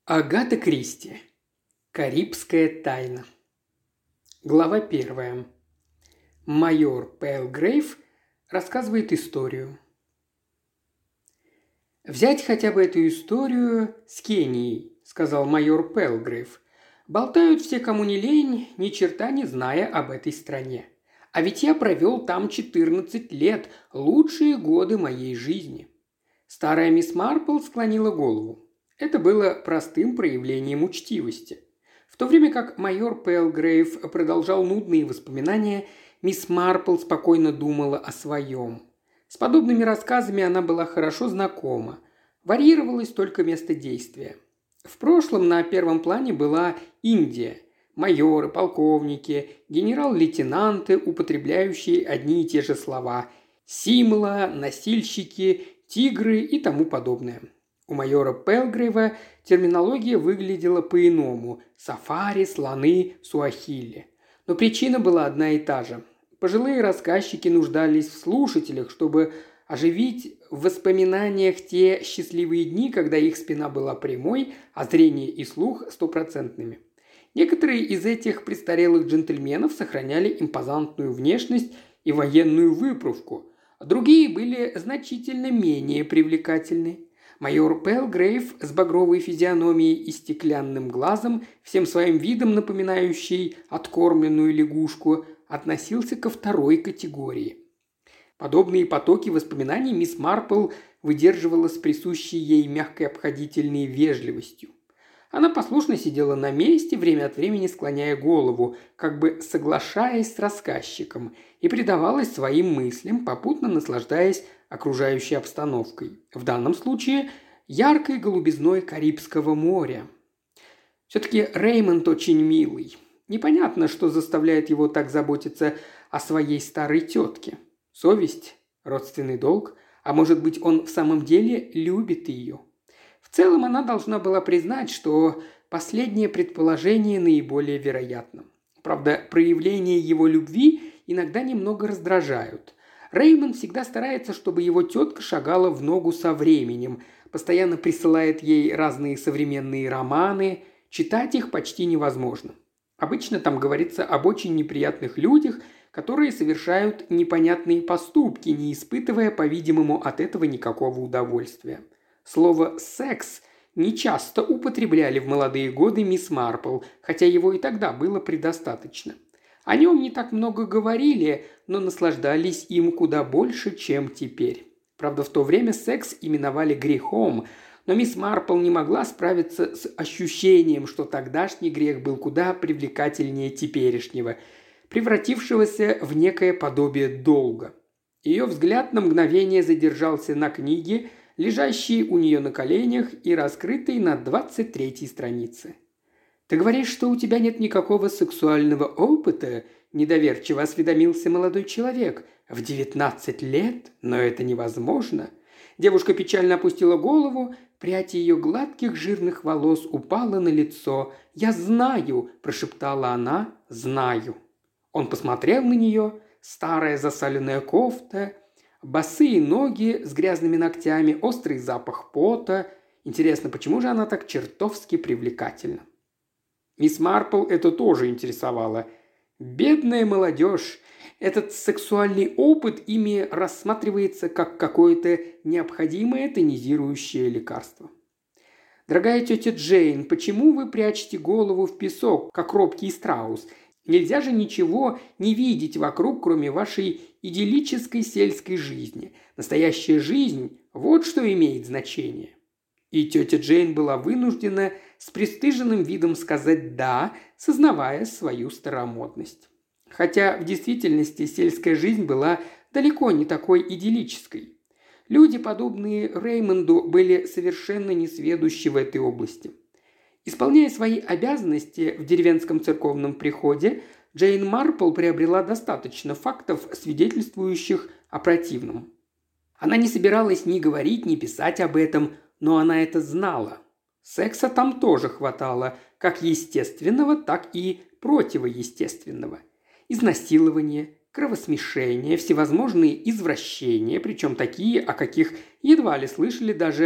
Агата Кристи. Карибская тайна. Глава 1. Майор Пэлгрейв рассказывает историю. «Взять хотя бы эту историю с Кенией», – сказал майор Пэлгрейв. «Болтают все, кому не лень, ни черта не зная об этой стране. А ведь я провел там 14 лет, лучшие годы моей жизни». Старая мисс Марпл склонила голову. Это было простым проявлением учтивости. В то время как майор Пэлгрейв продолжал нудные воспоминания, мисс Марпл спокойно думала о своем. С подобными рассказами она была хорошо знакома. Варьировалось только место действия. В прошлом на первом плане была Индия. Майоры, полковники, генерал-лейтенанты, употребляющие одни и те же слова. Симла, носильщики, тигры и тому подобное. У майора Пэлгрейва терминология выглядела по-иному – сафари, слоны, суахили. Но причина была одна и та же. Пожилые рассказчики нуждались в слушателях, чтобы оживить в воспоминаниях те счастливые дни, когда их спина была прямой, а зрение и слух – стопроцентными. Некоторые из этих престарелых джентльменов сохраняли импозантную внешность и военную выправку, а другие были значительно менее привлекательны. Майор Пэлгрейв с багровой физиономией и стеклянным глазом, всем своим видом напоминающий откормленную лягушку, относился ко второй категории. Подобные потоки воспоминаний мисс Марпл выдерживала с присущей ей мягкой обходительной вежливостью. Она послушно сидела на месте, время от времени склоняя голову, как бы соглашаясь с рассказчиком, и предавалась своим мыслям, попутно наслаждаясь окружающей обстановкой. В данном случае яркой голубизной Карибского моря. Все-таки Реймонд очень милый. Непонятно, что заставляет его так заботиться о своей старой тетке. Совесть, родственный долг, а может быть, он в самом деле любит ее. В целом она должна была признать, что последнее предположение наиболее вероятно. Правда, проявления его любви иногда немного раздражают. Реймонд всегда старается, чтобы его тетка шагала в ногу со временем, постоянно присылает ей разные современные романы, читать их почти невозможно. Обычно там говорится об очень неприятных людях, которые совершают непонятные поступки, не испытывая, по-видимому, от этого никакого удовольствия. Слово «секс» нечасто употребляли в молодые годы мисс Марпл, хотя его и тогда было предостаточно. О нем не так много говорили, но наслаждались им куда больше, чем теперь. Правда, в то время секс именовали грехом, но мисс Марпл не могла справиться с ощущением, что тогдашний грех был куда привлекательнее теперешнего, превратившегося в некое подобие долга. Ее взгляд на мгновение задержался на книге, лежащей у нее на коленях и раскрытой на 23-й странице. «Ты говоришь, что у тебя нет никакого сексуального опыта?» – недоверчиво осведомился молодой человек. «В 19 лет? Но это невозможно». Девушка печально опустила голову, прядь ее гладких жирных волос упала на лицо. «Я знаю», – прошептала она, – «знаю». Он посмотрел на нее, старая засаленная кофта, босые ноги с грязными ногтями, острый запах пота. Интересно, почему же она так чертовски привлекательна? Мисс Марпл это тоже интересовало. Бедная молодежь. Этот сексуальный опыт ими рассматривается как какое-то необходимое тонизирующее лекарство. «Дорогая тетя Джейн, почему вы прячете голову в песок, как робкий страус? Нельзя же ничего не видеть вокруг, кроме вашей идиллической сельской жизни. Настоящая жизнь – вот что имеет значение». И тетя Джейн была вынуждена с пристыженным видом сказать «да», сознавая свою старомодность. Хотя в действительности сельская жизнь была далеко не такой идиллической. Люди, подобные Реймонду, были совершенно несведущи в этой области. Исполняя свои обязанности в деревенском церковном приходе, Джейн Марпл приобрела достаточно фактов, свидетельствующих о противном. Она не собиралась ни говорить, ни писать об этом, но она это знала. Секса там тоже хватало, как естественного, так и противоестественного. Изнасилование, кровосмешение, всевозможные извращения, причем такие, о каких едва ли слышали даже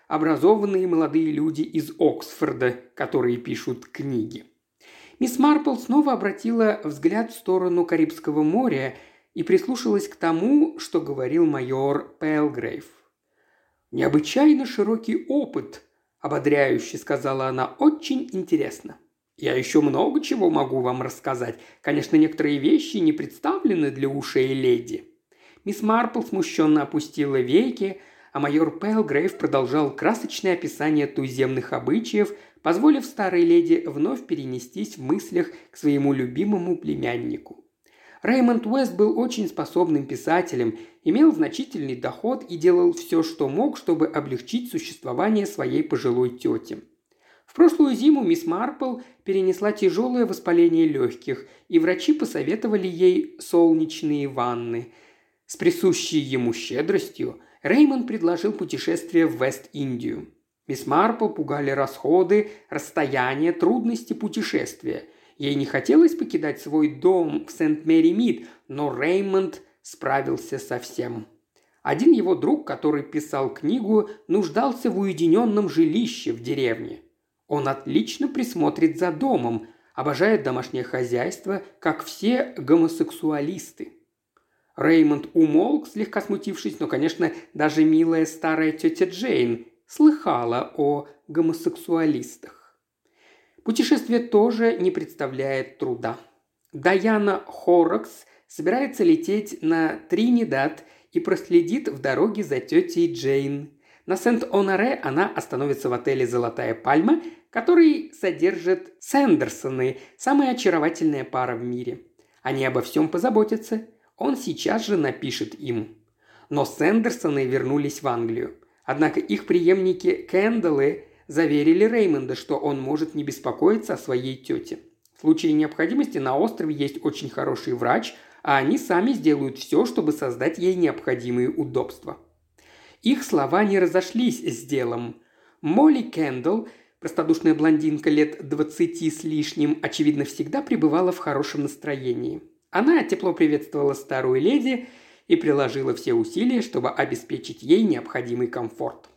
образованные молодые люди из Оксфорда, которые пишут книги. Мисс Марпл снова обратила взгляд в сторону Карибского моря и прислушалась к тому, что говорил майор Пэлгрейв. «Необычайно широкий опыт», – ободряюще сказала она, – «очень интересно. Я еще много чего могу вам рассказать. Конечно, некоторые вещи не представлены для ушей леди». Мисс Марпл смущенно опустила веки, а майор Пэлгрейв продолжал красочное описание туземных обычаев, позволив старой леди вновь перенестись в мыслях к своему любимому племяннику. Реймонд Уэст был очень способным писателем, имел значительный доход и делал все, что мог, чтобы облегчить существование своей пожилой тети. В прошлую зиму мисс Марпл перенесла тяжелое воспаление легких, и врачи посоветовали ей солнечные ванны. С присущей ему щедростью Реймонд предложил путешествие в Вест-Индию. Мисс Марпл пугали расходы, расстояние, трудности путешествия. Ей не хотелось покидать свой дом в Сент-Мэри-Мид, но Реймонд справился со всем. Один его друг, который писал книгу, нуждался в уединенном жилище в деревне. Он отлично присмотрит за домом, обожает домашнее хозяйство, как все гомосексуалисты. Реймонд умолк, слегка смутившись, но, конечно, даже милая старая тетя Джейн слыхала о гомосексуалистах. Путешествие тоже не представляет труда. Даяна Хоррокс собирается лететь на Тринидад и проследит в дороге за тетей Джейн. На Сент-Оноре она остановится в отеле «Золотая пальма», который содержит Сэндерсоны, самая очаровательная пара в мире. Они обо всем позаботятся. Он сейчас же напишет им. Но Сэндерсоны вернулись в Англию. Однако их преемники Кэндаллы заверили Реймонда, что он может не беспокоиться о своей тете. В случае необходимости на острове есть очень хороший врач, а они сами сделают все, чтобы создать ей необходимые удобства. Их слова не разошлись с делом. Молли Кэндалл, простодушная блондинка лет 20 с лишним, очевидно, всегда пребывала в хорошем настроении. Она тепло приветствовала старую леди и приложила все усилия, чтобы обеспечить ей необходимый комфорт.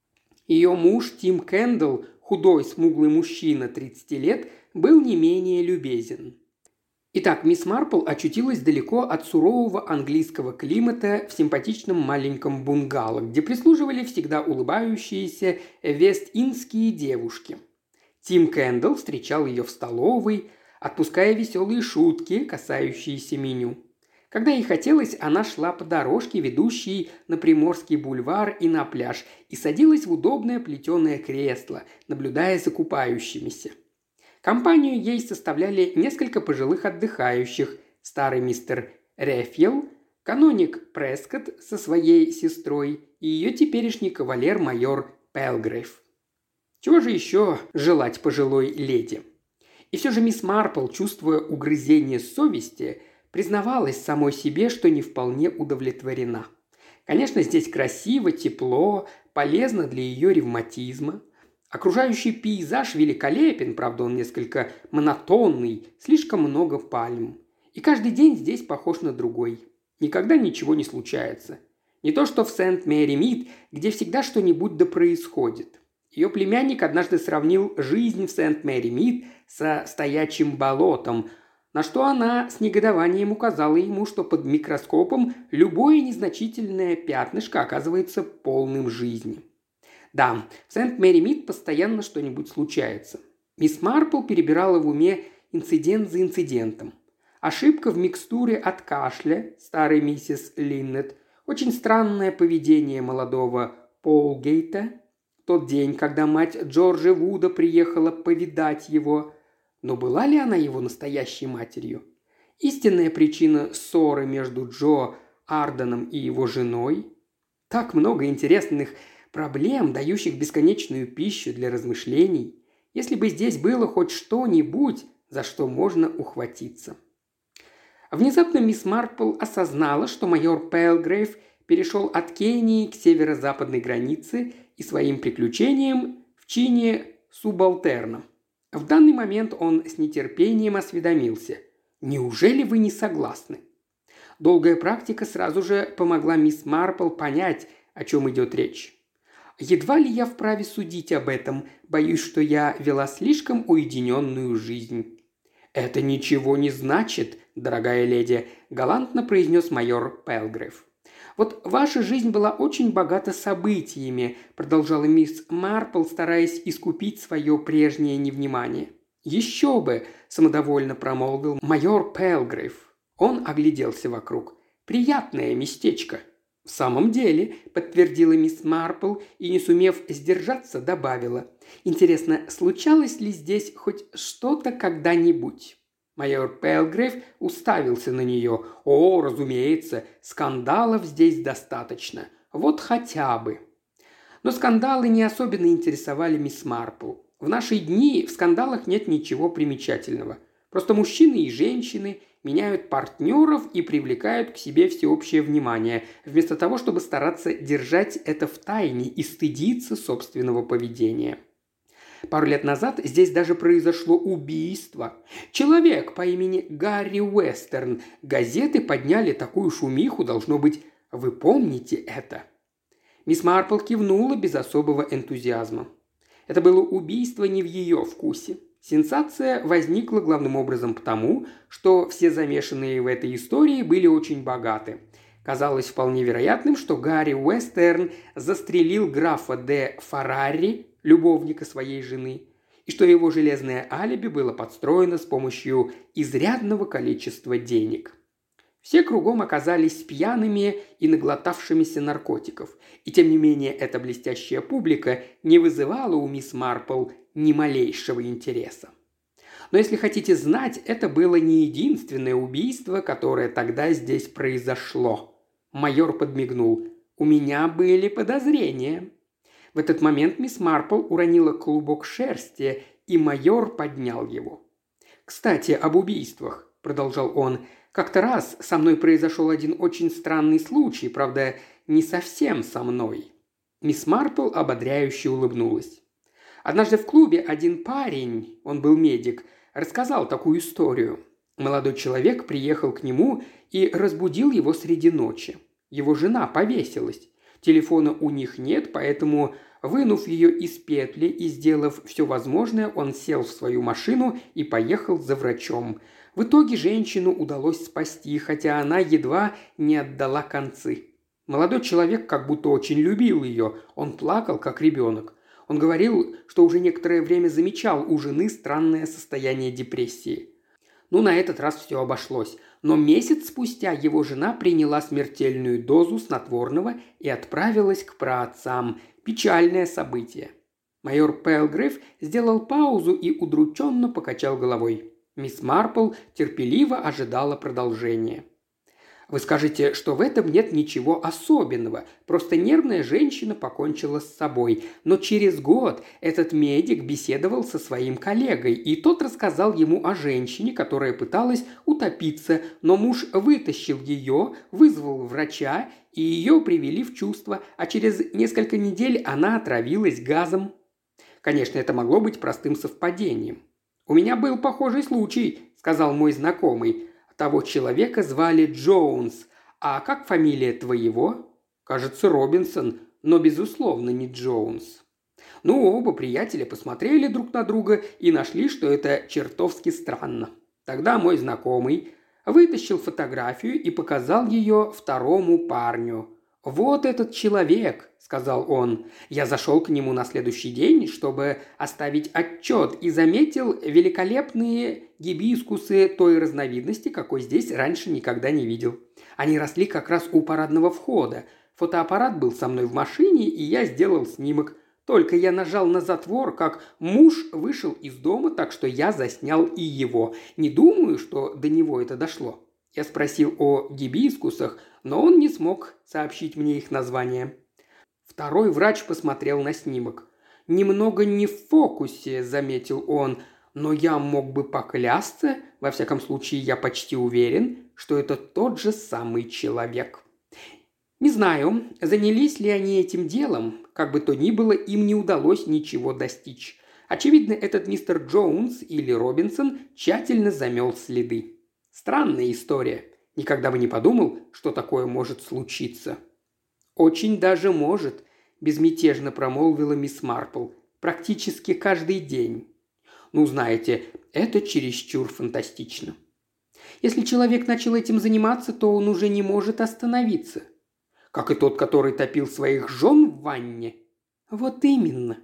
Ее муж Тим Кэндалл, худой, смуглый мужчина 30 лет, был не менее любезен. Итак, мисс Марпл очутилась далеко от сурового английского климата в симпатичном маленьком бунгало, где прислуживали всегда улыбающиеся вест-индские девушки. Тим Кэндалл встречал ее в столовой, отпуская веселые шутки, касающиеся меню. Когда ей хотелось, она шла по дорожке, ведущей на Приморский бульвар и на пляж, и садилась в удобное плетеное кресло, наблюдая за купающимися. Компанию ей составляли несколько пожилых отдыхающих, старый мистер Рефьел, каноник Прескотт со своей сестрой и ее теперешний кавалер майор Пэлгрейв. Чего же еще желать пожилой леди? И все же мисс Марпл, чувствуя угрызение совести, признавалась самой себе, что не вполне удовлетворена. Конечно, здесь красиво, тепло, полезно для ее ревматизма. Окружающий пейзаж великолепен, правда, он несколько монотонный, слишком много пальм. И каждый день здесь похож на другой. Никогда ничего не случается. Не то что в Сент-Мэри-Мид, где всегда что-нибудь да происходит. Ее племянник однажды сравнил жизнь в Сент-Мэри-Мид со стоячим болотом, на что она с негодованием указала ему, что под микроскопом любое незначительное пятнышко оказывается полным жизни. Да, в Сент-Мэри-Мид постоянно что-нибудь случается. Мисс Марпл перебирала в уме инцидент за инцидентом. Ошибка в микстуре от кашля старой миссис Линнет, очень странное поведение молодого Полгейта, тот день, когда мать Джорджа Вуда приехала повидать его. Но была ли она его настоящей матерью? Истинная причина ссоры между Джо Арденом и его женой? Так много интересных проблем, дающих бесконечную пищу для размышлений. Если бы здесь было хоть что-нибудь, за что можно ухватиться. Внезапно мисс Марпл осознала, что майор Пэлгрейв перешел от Кении к северо-западной границе и своим приключениям в чине субалтерна. В данный момент он с нетерпением осведомился. «Неужели вы не согласны?» Долгая практика сразу же помогла мисс Марпл понять, о чем идет речь. Едва ли я вправе судить об этом. Боюсь, что я вела слишком уединенную жизнь». «Это ничего не значит, дорогая леди», – галантно произнес майор Пелгрив. «Вот ваша жизнь была очень богата событиями», – продолжала мисс Марпл, стараясь искупить свое прежнее невнимание. «Еще бы», – самодовольно промолвил майор Пелгрив. Он огляделся вокруг. «Приятное местечко». «В самом деле», – подтвердила мисс Марпл и, не сумев сдержаться, добавила. «Интересно, случалось ли здесь хоть что-то когда-нибудь?» Майор Пелгрейв уставился на нее. «О, разумеется, скандалов здесь достаточно. Вот хотя бы». Но скандалы не особенно интересовали мисс Марпл. В наши дни в скандалах нет ничего примечательного. Просто мужчины и женщины меняют партнеров и привлекают к себе всеобщее внимание, вместо того, чтобы стараться держать это в тайне и стыдиться собственного поведения. Пару лет назад здесь даже произошло убийство. Человек по имени Гарри Уэстерн. Газеты подняли такую шумиху, должно быть, вы помните это. Мисс Марпл кивнула без особого энтузиазма. Это было убийство не в ее вкусе. Сенсация возникла главным образом потому, что все замешанные в этой истории были очень богаты. Казалось вполне вероятным, что Гарри Уэстерн застрелил графа де Феррари, любовника своей жены, и что его железное алиби было подстроено с помощью изрядного количества денег. Все кругом оказались пьяными и наглотавшимися наркотиков, и тем не менее эта блестящая публика не вызывала у мисс Марпл ни малейшего интереса. Но если хотите знать, это было не единственное убийство, которое тогда здесь произошло. Майор подмигнул. «У меня были подозрения». В этот момент мисс Марпл уронила клубок шерсти, и майор поднял его. «Кстати, об убийствах», – продолжал он. «Как-то раз со мной произошел один очень странный случай, правда, не совсем со мной». Мисс Марпл ободряюще улыбнулась. Однажды в клубе один парень, он был медик, рассказал такую историю. Молодой человек приехал к нему и разбудил его среди ночи. Его жена повесилась. Телефона у них нет, поэтому, вынув ее из петли и сделав все возможное, он сел в свою машину и поехал за врачом. В итоге женщину удалось спасти, хотя она едва не отдала концы. Молодой человек как будто очень любил ее, он плакал, как ребенок. Он говорил, что уже некоторое время замечал у жены странное состояние депрессии. На этот раз все обошлось. Но месяц спустя его жена приняла смертельную дозу снотворного и отправилась к праотцам. Печальное событие. Майор Пелгрив сделал паузу и удрученно покачал головой. Мисс Марпл терпеливо ожидала продолжения. «Вы скажете, что в этом нет ничего особенного, просто нервная женщина покончила с собой. Но через год этот медик беседовал со своим коллегой, и тот рассказал ему о женщине, которая пыталась утопиться, но муж вытащил ее, вызвал врача, и ее привели в чувство, а через несколько недель она отравилась газом. Конечно, это могло быть простым совпадением. «У меня был похожий случай», – сказал мой знакомый. «Того человека звали Джонс. А как фамилия твоего?» «Кажется, Робинсон, но, безусловно, не Джонс». Оба приятеля посмотрели друг на друга и нашли, что это чертовски странно. Тогда мой знакомый вытащил фотографию и показал ее второму парню. «Вот этот человек», – сказал он. Я зашел к нему на следующий день, чтобы оставить отчет, и заметил великолепные гибискусы той разновидности, какой здесь раньше никогда не видел. Они росли как раз у парадного входа. Фотоаппарат был со мной в машине, и я сделал снимок. Только я нажал на затвор, как муж вышел из дома, так что я заснял и его. Не думаю, что до него это дошло. Я спросил о гибискусах, но он не смог сообщить мне их название. Второй врач посмотрел на снимок. «Немного не в фокусе», – заметил он, – «но я мог бы поклясться, во всяком случае я почти уверен, что это тот же самый человек». Не знаю, занялись ли они этим делом, как бы то ни было, им не удалось ничего достичь. Очевидно, этот мистер Джонс или Робинсон тщательно замел следы. Странная история. Никогда бы не подумал, что такое может случиться. Очень даже может. безмятежно промолвила мисс Марпл. «Практически каждый день». «Ну, знаете, это чересчур фантастично». «Если человек начал этим заниматься, то он уже не может остановиться». «Как и тот, который топил своих жен в ванне». «Вот именно».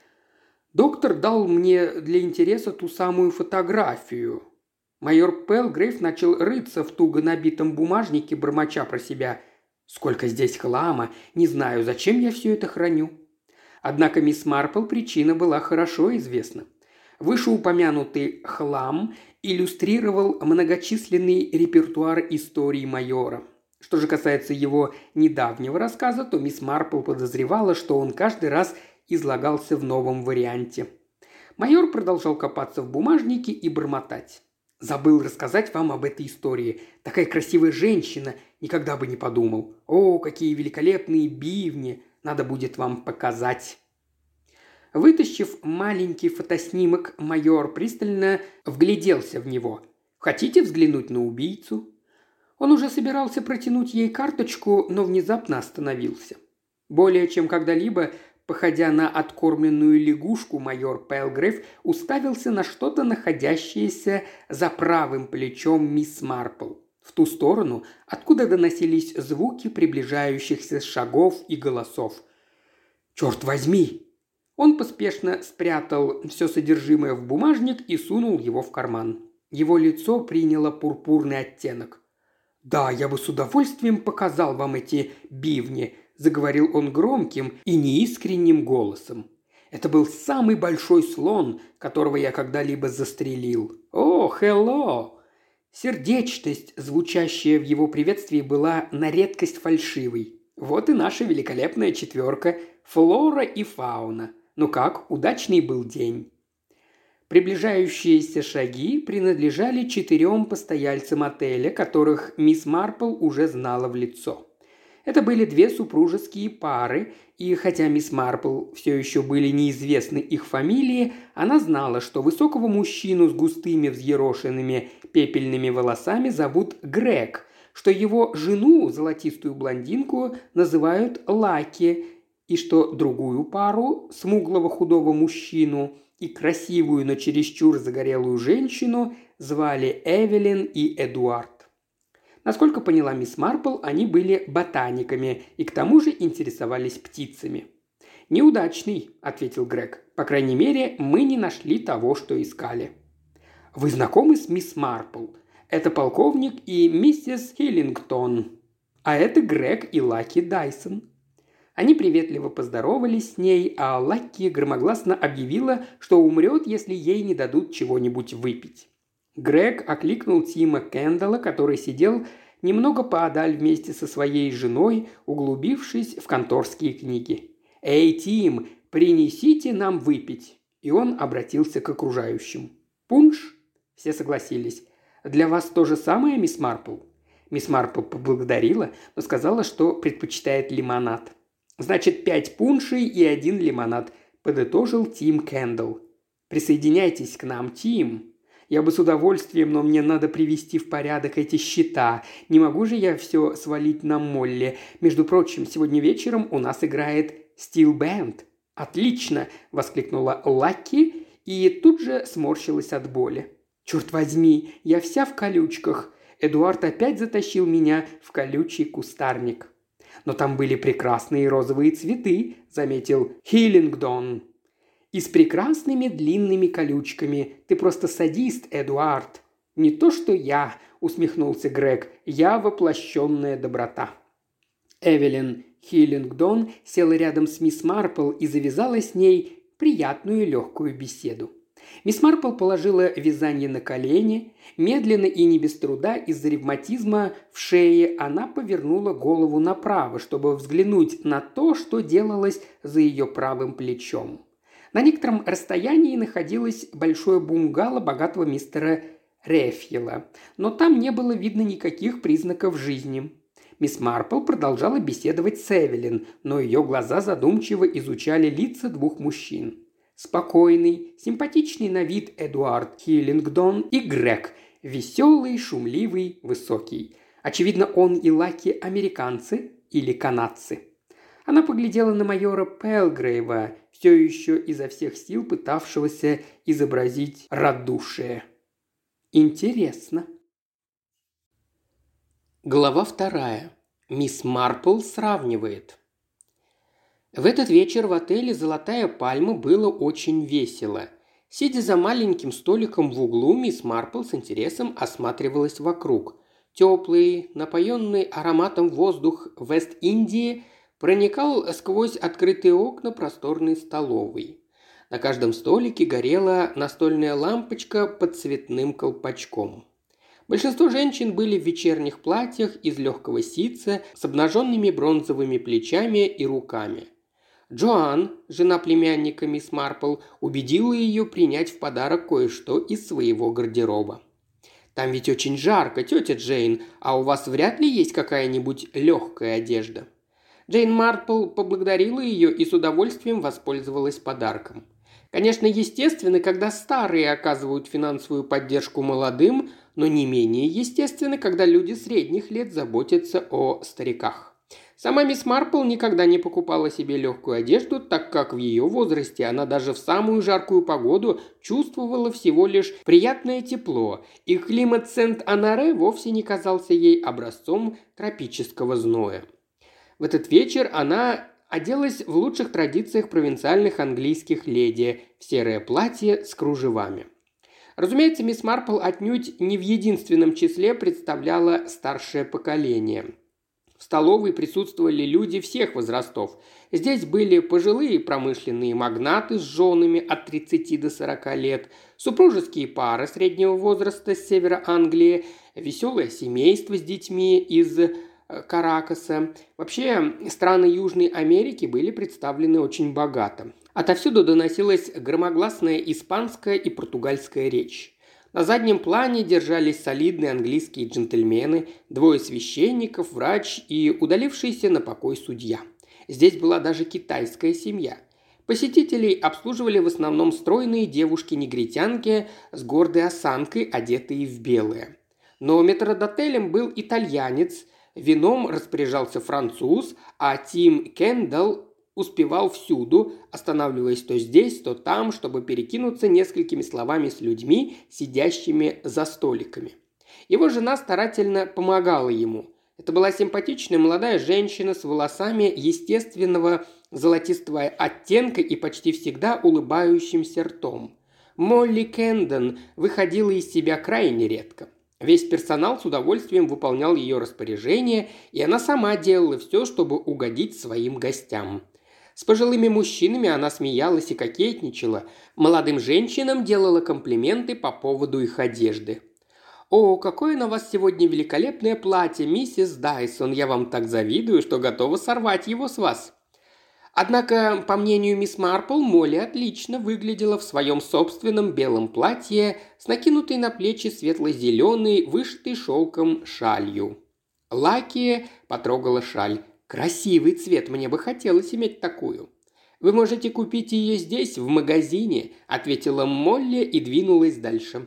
Доктор дал мне для интереса ту самую фотографию. Майор Пелгрейв начал рыться в туго набитом бумажнике, бормоча про себя. «Сколько здесь хлама! Не знаю, зачем я все это храню». Однако мисс Марпл причина была хорошо известна. Вышеупомянутый хлам иллюстрировал многочисленный репертуар истории майора. Что же касается его недавнего рассказа, то мисс Марпл подозревала, что он каждый раз излагался в новом варианте. Майор продолжал копаться в бумажнике и бормотать. «Забыл рассказать вам об этой истории. Такая красивая женщина, никогда бы не подумал. О, какие великолепные бивни! Надо будет вам показать». Вытащив маленький фотоснимок, майор пристально вгляделся в него. «Хотите взглянуть на убийцу?» Он уже собирался протянуть ей карточку, но внезапно остановился. Более чем когда-либо, походя на откормленную лягушку, майор Пелгрейв уставился на что-то, находящееся за правым плечом мисс Марпл, в ту сторону, откуда доносились звуки приближающихся шагов и голосов. «Черт возьми!» Он поспешно спрятал все содержимое в бумажник и сунул его в карман. Его лицо приняло пурпурный оттенок. «Да, я бы с удовольствием показал вам эти бивни», – заговорил он громким и неискренним голосом. «Это был самый большой слон, которого я когда-либо застрелил. О, хелло!» Сердечность, звучащая в его приветствии, была на редкость фальшивой. «Вот и наша великолепная четверка – флора и фауна. Ну как, удачный был день». Приближающиеся шаги принадлежали 4 постояльцам отеля, которых мисс Марпл уже знала в лицо. Это были 2 супружеские пары, и хотя мисс Марпл все еще были неизвестны их фамилии, она знала, что высокого мужчину с густыми взъерошенными пепельными волосами зовут Грег, что его жену, золотистую блондинку, называют Лаки, и что другую пару, смуглого худого мужчину и красивую, но чересчур загорелую женщину, звали Эвелин и Эдуард. Насколько поняла мисс Марпл, они были ботаниками и к тому же интересовались птицами. «Неудачный», – ответил Грег. «По крайней мере, мы не нашли того, что искали». «Вы знакомы с мисс Марпл? Это полковник и миссис Хиллингтон. А это Грег и Лаки Дайсон». Они приветливо поздоровались с ней, а Лаки громогласно объявила, что умрет, если ей не дадут чего-нибудь выпить. Грег окликнул Тима Кендалла, который сидел немного поодаль вместе со своей женой, углубившись в конторские книги. «Эй, Тим, принесите нам выпить!» И он обратился к окружающим. «Пунш?» Все согласились. «Для вас то же самое, мисс Марпл?» Мисс Марпл поблагодарила, но сказала, что предпочитает лимонад. «Значит, 5 пуншей и 1 лимонад», – подытожил Тим Кендалл. «Присоединяйтесь к нам, Тим. Я бы с удовольствием, но мне надо привести в порядок эти счета. Не могу же я все свалить на Молли. Между прочим, сегодня вечером у нас играет Steel Band». «Отлично!» – воскликнула Лаки и тут же сморщилась от боли. «Черт возьми, я вся в колючках. Эдуард опять затащил меня в колючий кустарник». «Но там были прекрасные розовые цветы», – заметил Хиллингдон. «И с прекрасными длинными колючками. Ты просто садист, Эдуард». «Не то что я», – усмехнулся Грег. «Я воплощенная доброта». Эвелин Хиллингдон села рядом с мисс Марпл и завязала с ней приятную легкую беседу. Мисс Марпл положила вязание на колени. Медленно и не без труда из-за ревматизма в шее она повернула голову направо, чтобы взглянуть на то, что делалось за ее правым плечом. На некотором расстоянии находилось большое бунгало богатого мистера Рефьела, но там не было видно никаких признаков жизни. Мисс Марпл продолжала беседовать с Эвелин, но ее глаза задумчиво изучали лица 2 мужчин. Спокойный, симпатичный на вид Эдуард Хиллингдон и Грег, веселый, шумливый, высокий. Очевидно, он и Лаки американцы или канадцы. Она поглядела на майора Пелгрейва, все еще изо всех сил пытавшегося изобразить радушие. «Интересно». Глава 2. Мисс Марпл сравнивает. В этот вечер в отеле «Золотая пальма» было очень весело. Сидя за маленьким столиком в углу, мисс Марпл с интересом осматривалась вокруг. Теплый, напоенный ароматом воздух Вест-Индии проникал сквозь открытые окна просторной столовой. На каждом столике горела настольная лампочка под цветным колпачком. Большинство женщин были в вечерних платьях из легкого ситца с обнаженными бронзовыми плечами и руками. Джоан, жена племянника мисс Марпл, убедила ее принять в подарок кое-что из своего гардероба. «Там ведь очень жарко, тетя Джейн, а у вас вряд ли есть какая-нибудь легкая одежда?» Джейн Марпл поблагодарила ее и с удовольствием воспользовалась подарком. Конечно, естественно, когда старые оказывают финансовую поддержку молодым, но не менее естественно, когда люди средних лет заботятся о стариках. Сама мисс Марпл никогда не покупала себе легкую одежду, так как в ее возрасте она даже в самую жаркую погоду чувствовала всего лишь приятное тепло, и климат Сент-Анаре вовсе не казался ей образцом тропического зноя. В этот вечер она оделась в лучших традициях провинциальных английских леди в серое платье с кружевами. Разумеется, мисс Марпл отнюдь не в единственном числе представляла старшее поколение. В столовой присутствовали люди всех возрастов. Здесь были пожилые промышленные магнаты с женами от 30 до 40 лет, супружеские пары среднего возраста с севера Англии, веселое семейство с детьми из Каракаса. Вообще, страны Южной Америки были представлены очень богато. Отовсюду доносилась громогласная испанская и португальская речь. На заднем плане держались солидные английские джентльмены, двое священников, врач и удалившийся на покой судья. Здесь была даже китайская семья. Посетителей обслуживали в основном стройные девушки-негритянки с гордой осанкой, одетые в белое. Но метрдотелем был итальянец, вином распоряжался француз, а Тим Кендалл успевал всюду, останавливаясь то здесь, то там, чтобы перекинуться несколькими словами с людьми, сидящими за столиками. Его жена старательно помогала ему. Это была симпатичная молодая женщина с волосами естественного золотистого оттенка и почти всегда улыбающимся ртом. Молли Кэндон выходила из себя крайне редко. Весь персонал с удовольствием выполнял ее распоряжения, и она сама делала все, чтобы угодить своим гостям. С пожилыми мужчинами она смеялась и кокетничала, молодым женщинам делала комплименты по поводу их одежды. «О, какое на вас сегодня великолепное платье, миссис Дайсон! Я вам так завидую, что готова сорвать его с вас!» Однако, по мнению мисс Марпл, Молли отлично выглядела в своем собственном белом платье с накинутой на плечи светло-зеленой, вышитой шелком шалью. Лаки потрогала шаль. «Красивый цвет, мне бы хотелось иметь такую». «Вы можете купить ее здесь, в магазине», – ответила Молли и двинулась дальше.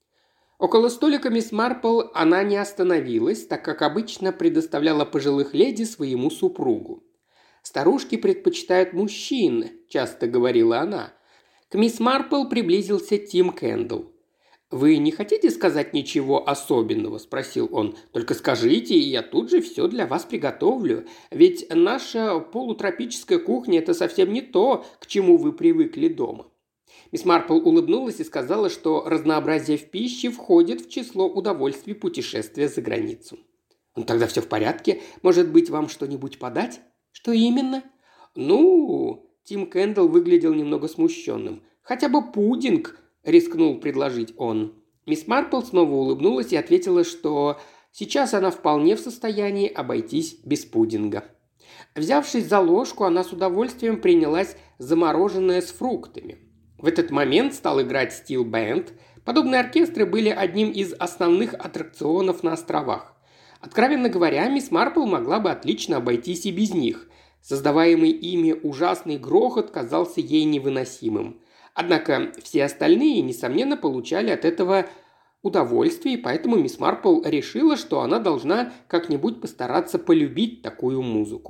Около столика мисс Марпл она не остановилась, так как обычно предоставляла пожилых леди своему супругу. «Старушки предпочитают мужчин», – часто говорила она. К мисс Марпл приблизился Тим Кендалл. «Вы не хотите сказать ничего особенного?» – спросил он. «Только скажите, и я тут же все для вас приготовлю. Ведь наша полутропическая кухня – это совсем не то, к чему вы привыкли дома». Мисс Марпл улыбнулась и сказала, что разнообразие в пище входит в число удовольствий путешествия за границу. «Ну, тогда все в порядке. Может быть, вам что-нибудь подать?» «Что именно?» «Ну...» – Тим Кендалл выглядел немного смущенным. «Хотя бы пудинг», – рискнул предложить он. Мисс Марпл снова улыбнулась и ответила, что сейчас она вполне в состоянии обойтись без пудинга. Взявшись за ложку, она с удовольствием принялась за мороженое с фруктами. В этот момент стал играть стил-бэнд. Подобные оркестры были одним из основных аттракционов на островах. Откровенно говоря, мисс Марпл могла бы отлично обойтись и без них. Создаваемый ими ужасный грохот казался ей невыносимым. Однако все остальные, несомненно, получали от этого удовольствие, и поэтому мисс Марпл решила, что она должна как-нибудь постараться полюбить такую музыку.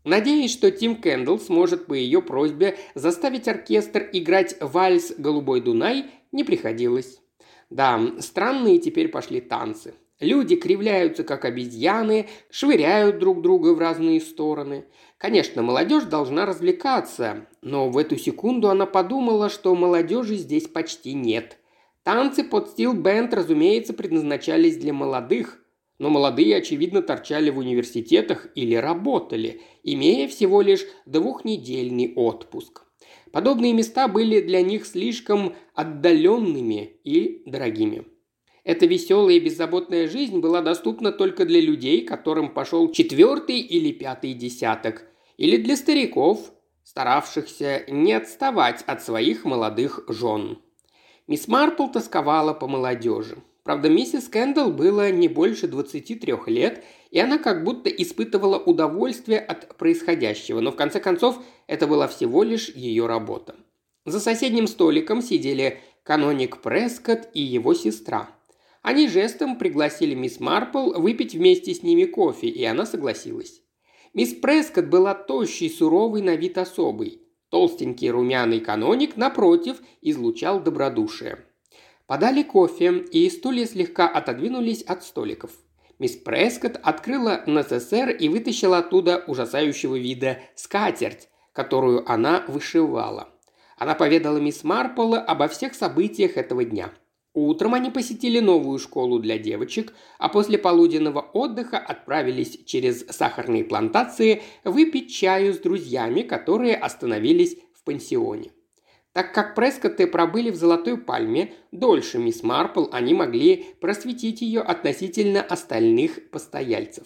Надеясь, что Тим Кэндл сможет по ее просьбе заставить оркестр играть вальс «Голубой Дунай», не приходилось. Да, странные теперь пошли танцы. Люди кривляются, как обезьяны, швыряют друг друга в разные стороны. Конечно, молодежь должна развлекаться, но в эту секунду она подумала, что молодежи здесь почти нет. Танцы под стил-бэнд, разумеется, предназначались для молодых, но молодые, очевидно, торчали в университетах или работали, имея всего лишь двухнедельный отпуск. Подобные места были для них слишком отдаленными и дорогими. Эта веселая и беззаботная жизнь была доступна только для людей, которым пошел четвертый или пятый десяток, или для стариков, старавшихся не отставать от своих молодых жен. Мисс Марпл тосковала по молодежи. Правда, миссис Кэндалл было не больше 23 лет, и она как будто испытывала удовольствие от происходящего, но в конце концов это была всего лишь ее работа. За соседним столиком сидели каноник Прескотт и его сестра. Они жестом пригласили мисс Марпл выпить вместе с ними кофе, и она согласилась. Мисс Прескотт была тощей, суровой на вид особой. Толстенький румяный каноник, напротив, излучал добродушие. Подали кофе, и стулья слегка отодвинулись от столиков. Мисс Прескотт открыла НССР и вытащила оттуда ужасающего вида скатерть, которую она вышивала. Она поведала мисс Марпл обо всех событиях этого дня. Утром они посетили новую школу для девочек, а после полуденного отдыха отправились через сахарные плантации выпить чаю с друзьями, которые остановились в пансионе. Так как Прескотты пробыли в Золотой Пальме дольше мисс Марпл, они могли просветить ее относительно остальных постояльцев.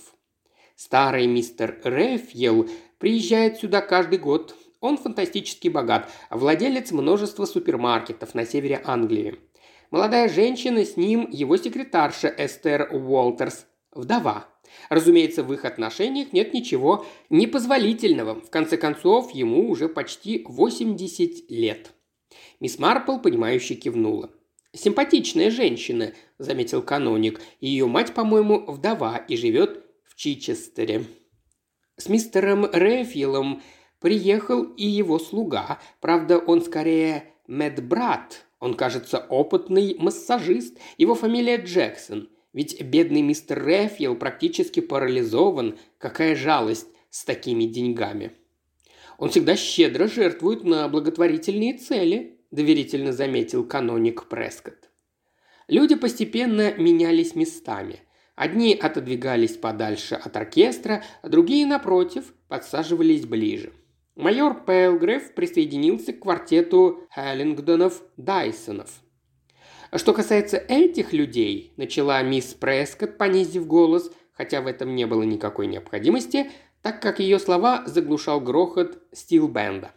Старый мистер Рэфьел приезжает сюда каждый год. Он фантастически богат, владелец множества супермаркетов на севере Англии. Молодая женщина с ним, его секретарша Эстер Уолтерс, вдова. Разумеется, в их отношениях нет ничего непозволительного. В конце концов, ему уже почти 80 лет. Мисс Марпл, понимающе кивнула. «Симпатичная женщина», – заметил каноник. «Ее мать, по-моему, вдова и живет в Чичестере». С мистером Рэфьелом приехал и его слуга. Правда, он скорее медбрат. Он, кажется, опытный массажист. Его фамилия Джексон. Ведь бедный мистер Рэфьел практически парализован. Какая жалость с такими деньгами. Он всегда щедро жертвует на благотворительные цели, доверительно заметил каноник Прескотт. Люди постепенно менялись местами. Одни отодвигались подальше от оркестра, а другие, напротив, подсаживались ближе. Майор Пэлгрейв присоединился к квартету Хеллингдонов-Дайсонов. «Что касается этих людей», – начала мисс Прескотт, понизив голос, хотя в этом не было никакой необходимости, так как ее слова заглушал грохот стил-бенда.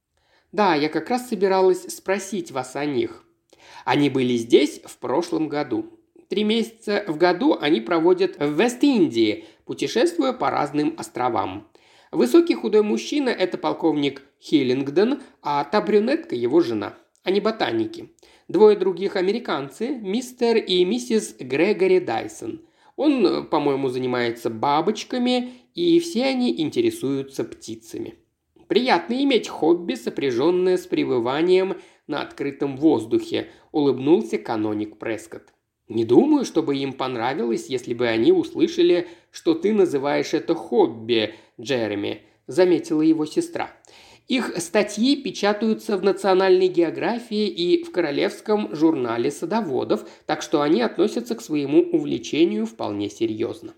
«Да, я как раз собиралась спросить вас о них. Они были здесь в прошлом году. 3 месяца в году они проводят в Вест-Индии, путешествуя по разным островам. Высокий худой мужчина – это полковник Хиллингдон, а та брюнетка – его жена. Они ботаники. 2 других американцы – мистер и миссис Грегори Дайсон. Он, по-моему, занимается бабочками, и все они интересуются птицами. Приятно иметь хобби, сопряженное с пребыванием на открытом воздухе», – улыбнулся каноник Прескотт. «Не думаю, чтобы им понравилось, если бы они услышали, что ты называешь это хобби, Джереми», – заметила его сестра. «Их статьи печатаются в национальной географии и в Королевском журнале садоводов, так что они относятся к своему увлечению вполне серьезно».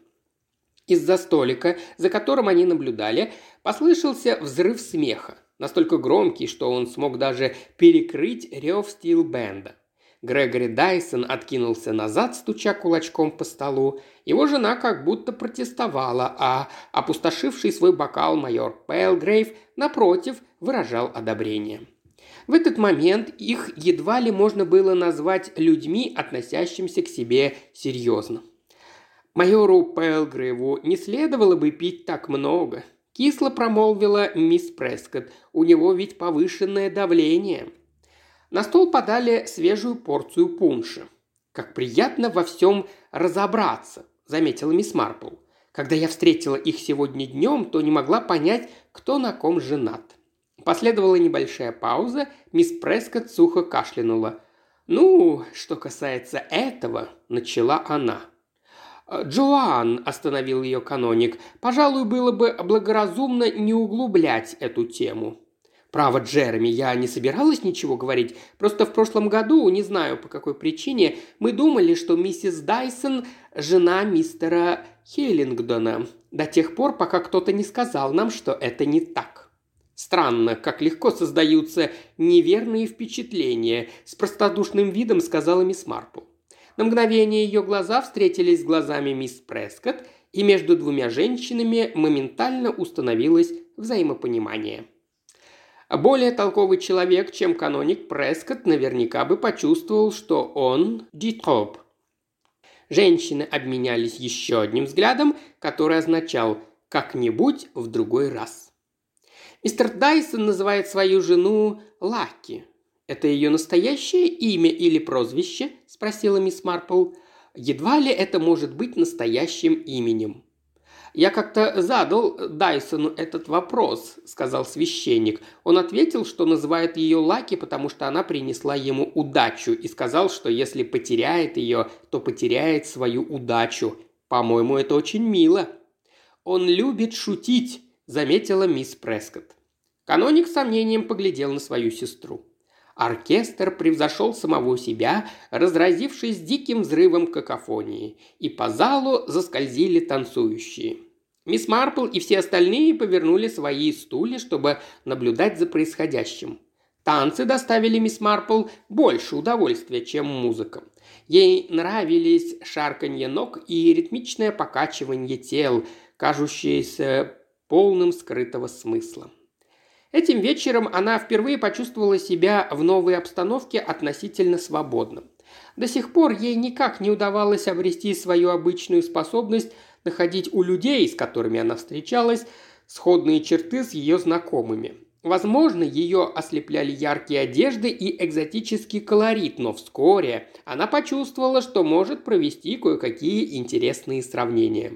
Из-за столика, за которым они наблюдали, послышался взрыв смеха, настолько громкий, что он смог даже перекрыть рев стил-бенда. Грегори Дайсон откинулся назад, стуча кулачком по столу. Его жена как будто протестовала, а опустошивший свой бокал майор Пэлгрейв, напротив, выражал одобрение. В этот момент их едва ли можно было назвать людьми, относящимися к себе серьезно. «Майору Пэлгрейву не следовало бы пить так много», – кисло промолвила мисс Прескотт. «У него ведь повышенное давление». На стол подали свежую порцию пунша. «Как приятно во всем разобраться», – заметила мисс Марпл. Когда я встретила их сегодня днем, то не могла понять, кто на ком женат». Последовала небольшая пауза, мисс Прескотт сухо кашлянула. «Ну, что касается этого», – начала она. «Джоан», – остановил ее каноник, – «пожалуй, было бы благоразумно не углублять эту тему». «Право, Джереми, я не собиралась ничего говорить. Просто в прошлом году, не знаю по какой причине, мы думали, что миссис Дайсон – жена мистера Хеллингдона, до тех пор, пока кто-то не сказал нам, что это не так». «Странно, как легко создаются неверные впечатления», – с простодушным видом сказала мисс Марпл. На мгновение ее глаза встретились с глазами мисс Прескотт, и между двумя женщинами моментально установилось взаимопонимание. Более толковый человек, чем каноник Прескотт, наверняка бы почувствовал, что он дитроп. Женщины обменялись еще одним взглядом, который означал «как-нибудь в другой раз». «Мистер Дайсон называет свою жену Лаки. Это ее настоящее имя или прозвище?» – спросила мисс Марпл. «Едва ли это может быть настоящим именем». «Я как-то задал Дайсону этот вопрос», – сказал священник. Он ответил, что называет ее Лаки, потому что она принесла ему удачу, и сказал, что если потеряет ее, то потеряет свою удачу. По-моему, это очень мило. «Он любит шутить», – заметила мисс Прескотт. Каноник с сомнением поглядел на свою сестру. Оркестр превзошел самого себя, разразившись диким взрывом какофонии, и по залу заскользили танцующие. Мисс Марпл и все остальные повернули свои стулья, чтобы наблюдать за происходящим. Танцы доставили мисс Марпл больше удовольствия, чем музыка. Ей нравились шарканье ног и ритмичное покачивание тел, кажущееся полным скрытого смысла. Этим вечером она впервые почувствовала себя в новой обстановке относительно свободно. До сих пор ей никак не удавалось обрести свою обычную способность находить у людей, с которыми она встречалась, сходные черты с ее знакомыми. Возможно, ее ослепляли яркие одежды и экзотический колорит, но вскоре она почувствовала, что может провести кое-какие интересные сравнения.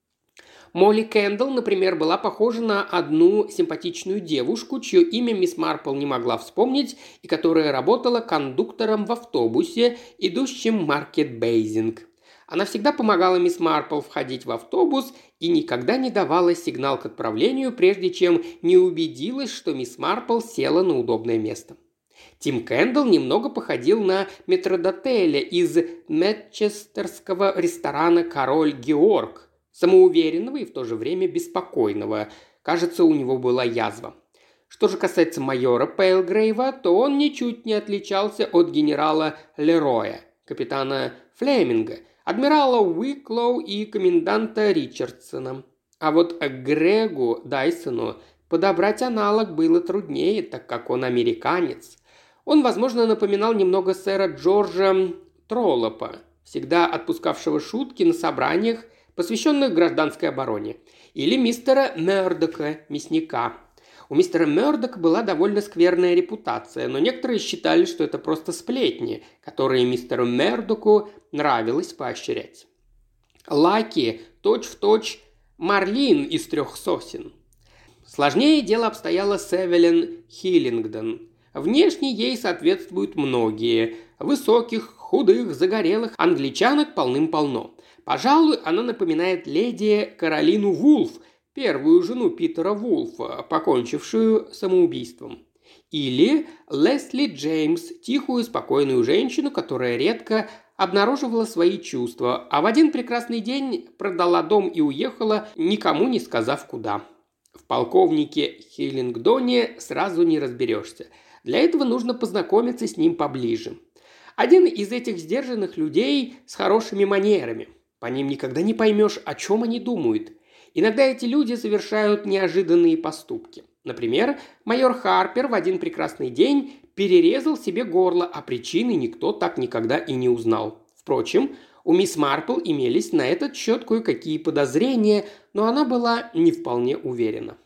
Молли Кэндалл, например, была похожа на одну симпатичную девушку, чье имя мисс Марпл не могла вспомнить и которая работала кондуктором в автобусе, идущем Маркет-Бейзинг. Она всегда помогала мисс Марпл входить в автобус и никогда не давала сигнал к отправлению, прежде чем не убедилась, что мисс Марпл села на удобное место. Тим Кэндалл немного походил на метрдотеля из манчестерского ресторана «Король Георг», самоуверенного и в то же время беспокойного. Кажется, у него была язва. Что же касается майора Пейлгрейва, то он ничуть не отличался от генерала Лероя, капитана Флеминга, адмирала Уиклоу и коменданта Ричардсона. А вот Грегу Дайсону подобрать аналог было труднее, так как он американец. Он, возможно, напоминал немного сэра Джорджа Троллопа, всегда отпускавшего шутки на собраниях, посвященных гражданской обороне, или мистера Мёрдока, мясника. У мистера Мёрдока была довольно скверная репутация, но некоторые считали, что это просто сплетни, которые мистеру Мёрдоку нравилось поощрять. Лаки точь-в-точь Марлин из «Трех сосен». Сложнее дело обстояло с Эвелин Хиллингдон. Внешне ей соответствуют многие. Высоких, худых, загорелых англичанок полным-полно. Пожалуй, она напоминает леди Каролину Вулф, первую жену Питера Вулфа, покончившую самоубийством. Или Лесли Джеймс, тихую, спокойную женщину, которая редко обнаруживала свои чувства, а в один прекрасный день продала дом и уехала, никому не сказав куда. В полковнике Хиллингдоне сразу не разберешься. Для этого нужно познакомиться с ним поближе. Один из этих сдержанных людей с хорошими манерами. По ним никогда не поймешь, о чем они думают. Иногда эти люди совершают неожиданные поступки. Например, майор Харпер в один прекрасный день перерезал себе горло, а причины никто так никогда и не узнал. Впрочем, у мисс Марпл имелись на этот счет кое-какие подозрения, но она была не вполне уверена.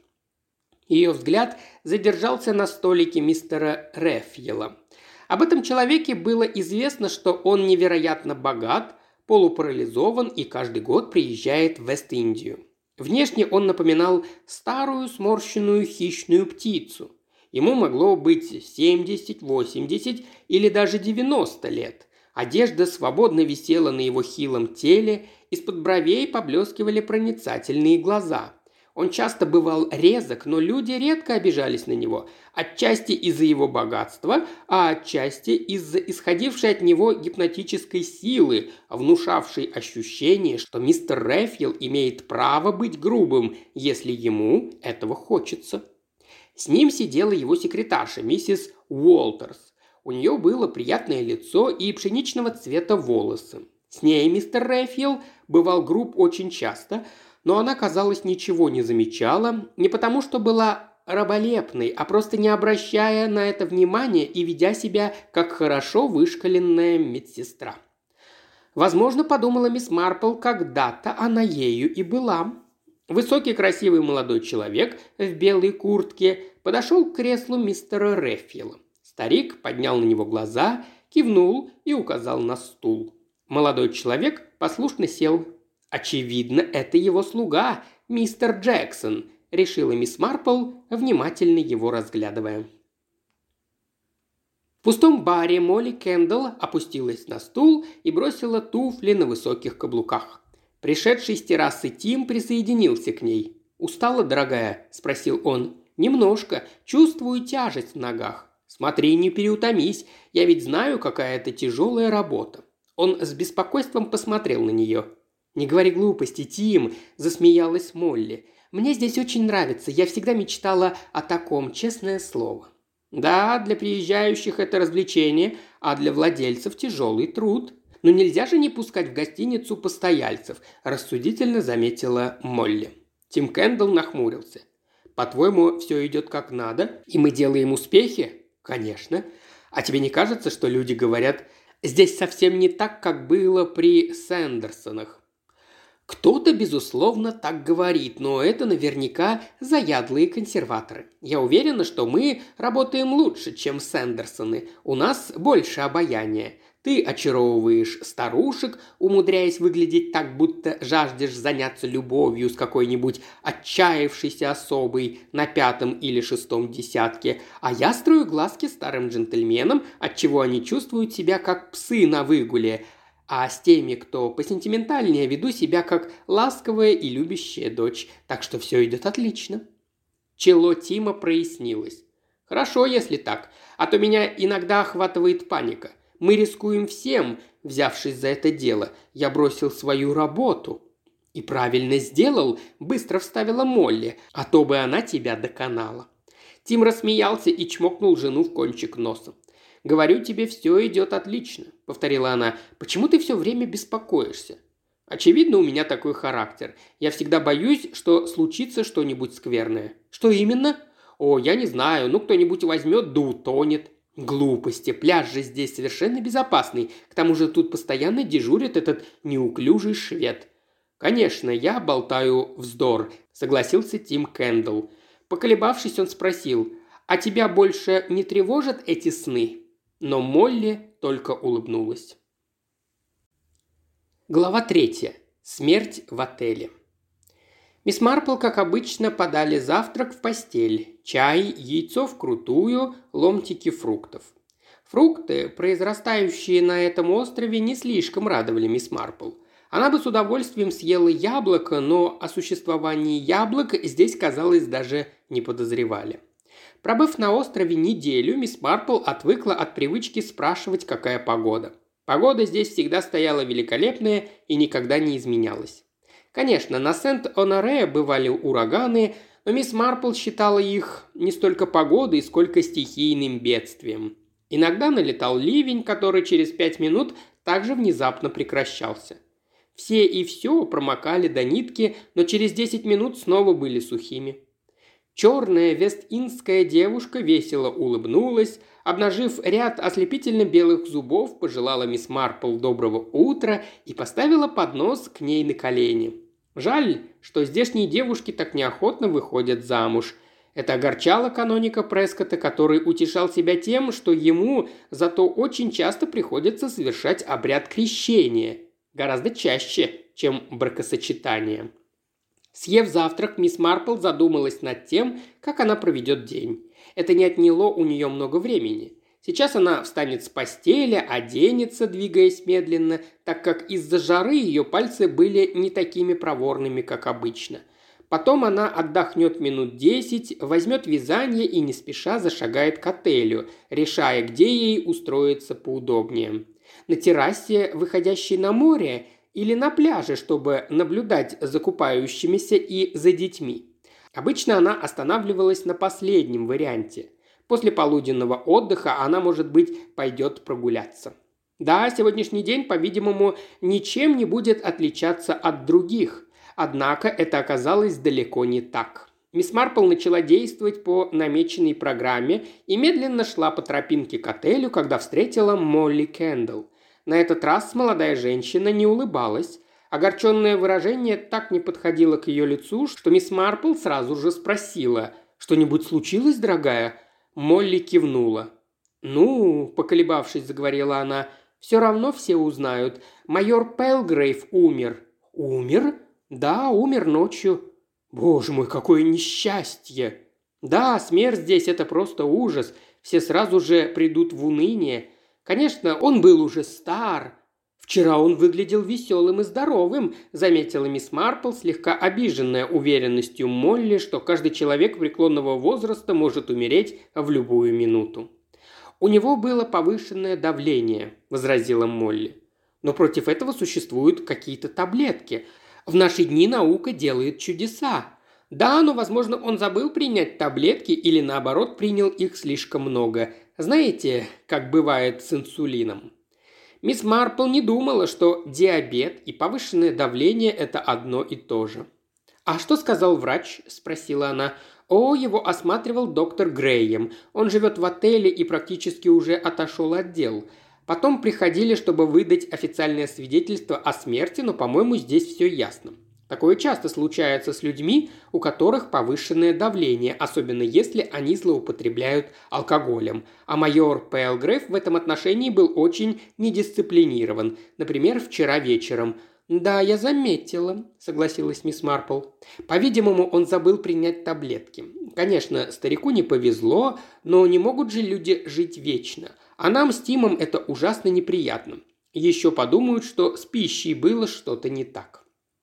Ее взгляд задержался на столике мистера Рефьела. Об этом человеке было известно, что он невероятно богат, полупарализован и каждый год приезжает в Вест-Индию. Внешне он напоминал старую сморщенную хищную птицу. Ему могло быть 70, 80 или даже 90 лет. Одежда свободно висела на его хилом теле, из-под бровей поблескивали проницательные глаза. Он часто бывал резок, но люди редко обижались на него, отчасти из-за его богатства, а отчасти из-за исходившей от него гипнотической силы, внушавшей ощущение, что мистер Рэффил имеет право быть грубым, если ему этого хочется. С ним сидела его секретарша, миссис Уолтерс. У нее было приятное лицо и пшеничного цвета волосы. С ней мистер Рэффил бывал груб очень часто, но она, казалось, ничего не замечала, не потому что была раболепной, а просто не обращая на это внимания и ведя себя как хорошо вышколенная медсестра. Возможно, подумала мисс Марпл, когда-то она ею и была. Высокий красивый молодой человек в белой куртке подошел к креслу мистера Рэффила. Старик поднял на него глаза, кивнул и указал на стул. Молодой человек послушно сел. «Очевидно, это его слуга, мистер Джексон», – решила мисс Марпл, внимательно его разглядывая. В пустом баре Молли Кендалл опустилась на стул и бросила туфли на высоких каблуках. Пришедший с террасы Тим присоединился к ней. «Устала, дорогая?» – спросил он. «Немножко. Чувствую тяжесть в ногах. Смотри, не переутомись. Я ведь знаю, какая это тяжелая работа». Он с беспокойством посмотрел на нее. «Не говори глупости, Тим», – засмеялась Молли. «Мне здесь очень нравится. Я всегда мечтала о таком, честное слово». «Да, для приезжающих это развлечение, а для владельцев тяжелый труд. Но нельзя же не пускать в гостиницу постояльцев», – рассудительно заметила Молли. Тим Кендалл нахмурился. «По-твоему, все идет как надо, и мы делаем успехи?» «Конечно. А тебе не кажется, что люди говорят, здесь совсем не так, как было при Сэндерсонах?» «Кто-то, безусловно, так говорит, но это наверняка заядлые консерваторы. Я уверена, что мы работаем лучше, чем Сэндерсоны. У нас больше обаяния. Ты очаровываешь старушек, умудряясь выглядеть так, будто жаждешь заняться любовью с какой-нибудь отчаявшейся особой на 5 или 6 десятке, а я строю глазки старым джентльменам, отчего они чувствуют себя как псы на выгуле, а с теми, кто посентиментальнее, веду себя как ласковая и любящая дочь, так что все идет отлично». Чело Тима прояснилось. «Хорошо, если так, а то меня иногда охватывает паника. Мы рискуем всем, взявшись за это дело. Я бросил свою работу». «И правильно сделал», – быстро вставила Молли, – «а то бы она тебя доконала». Тим рассмеялся и чмокнул жену в кончик носа. «Говорю тебе, все идет отлично», – повторила она. «Почему ты все время беспокоишься?» «Очевидно, у меня такой характер. Я всегда боюсь, что случится что-нибудь скверное». «Что именно?» «О, я не знаю. Ну, кто-нибудь возьмет да утонет». «Глупости. Пляж же здесь совершенно безопасный. К тому же тут постоянно дежурит этот неуклюжий швед». «Конечно, я болтаю вздор», – согласился Тим Кендалл. Поколебавшись, он спросил, «А тебя больше не тревожат эти сны?» Но Молли только улыбнулась. Глава 3. Смерть в отеле. Мисс Марпл, как обычно, подали завтрак в постель. Чай, яйцо вкрутую, ломтики фруктов. Фрукты, произрастающие на этом острове, не слишком радовали мисс Марпл. Она бы с удовольствием съела яблоко, но о существовании яблок здесь, казалось, даже не подозревали. Пробыв на острове неделю, мисс Марпл отвыкла от привычки спрашивать, какая погода. Погода здесь всегда стояла великолепная и никогда не изменялась. Конечно, на Сент-Оноре бывали ураганы, но мисс Марпл считала их не столько погодой, сколько стихийным бедствием. Иногда налетал ливень, который через 5 минут также внезапно прекращался. Все и все промокали до нитки, но через 10 минут снова были сухими. Черная вест-индская девушка весело улыбнулась, обнажив ряд ослепительно белых зубов, пожелала мисс Марпл доброго утра и поставила поднос к ней на колени. Жаль, что здешние девушки так неохотно выходят замуж. Это огорчало каноника Прескотта, который утешал себя тем, что ему зато очень часто приходится совершать обряд крещения. Гораздо чаще, чем бракосочетание. Съев завтрак, мисс Марпл задумалась над тем, как она проведет день. Это не отняло у нее много времени. Сейчас она встанет с постели, оденется, двигаясь медленно, так как из-за жары ее пальцы были не такими проворными, как обычно. Потом она отдохнет минут 10, возьмет вязание и не спеша зашагает к отелю, решая, где ей устроиться поудобнее. На террасе, выходящей на море, или на пляже, чтобы наблюдать за купающимися и за детьми. Обычно она останавливалась на последнем варианте. После полуденного отдыха она, может быть, пойдет прогуляться. Да, сегодняшний день, по-видимому, ничем не будет отличаться от других. Однако это оказалось далеко не так. Мисс Марпл начала действовать по намеченной программе и медленно шла по тропинке к отелю, когда встретила Молли Кэндл. На этот раз молодая женщина не улыбалась. Огорченное выражение так не подходило к ее лицу, что мисс Марпл сразу же спросила: «Что-нибудь случилось, дорогая?» Молли кивнула. «Ну, – поколебавшись, заговорила она, – все равно все узнают. Майор Пелгрейв умер». «Умер?» «Да, умер ночью». «Боже мой, какое несчастье!» «Да, смерть здесь – это просто ужас. Все сразу же придут в уныние. Конечно, он был уже стар. Вчера он выглядел веселым и здоровым», – заметила мисс Марпл, слегка обиженная уверенностью Молли, что каждый человек преклонного возраста может умереть в любую минуту. «У него было повышенное давление», – возразила Молли. «Но против этого существуют какие-то таблетки. В наши дни наука делает чудеса. Да, но, возможно, он забыл принять таблетки или, наоборот, принял их слишком много. Знаете, как бывает с инсулином?» Мисс Марпл не думала, что диабет и повышенное давление – это одно и то же. «А что сказал врач?» – спросила она. «О, его осматривал доктор Грэем. Он живет в отеле и практически уже отошел от дел. Потом приходили, чтобы выдать официальное свидетельство о смерти, но, по-моему, здесь все ясно. Такое часто случается с людьми, у которых повышенное давление, особенно если они злоупотребляют алкоголем. А майор Пэлгрейв в этом отношении был очень недисциплинирован. Например, вчера вечером». «Да, я заметила», – согласилась мисс Марпл. «По-видимому, он забыл принять таблетки. Конечно, старику не повезло, но не могут же люди жить вечно. А нам с Тимом это ужасно неприятно. Еще подумают, что с пищей было что-то не так».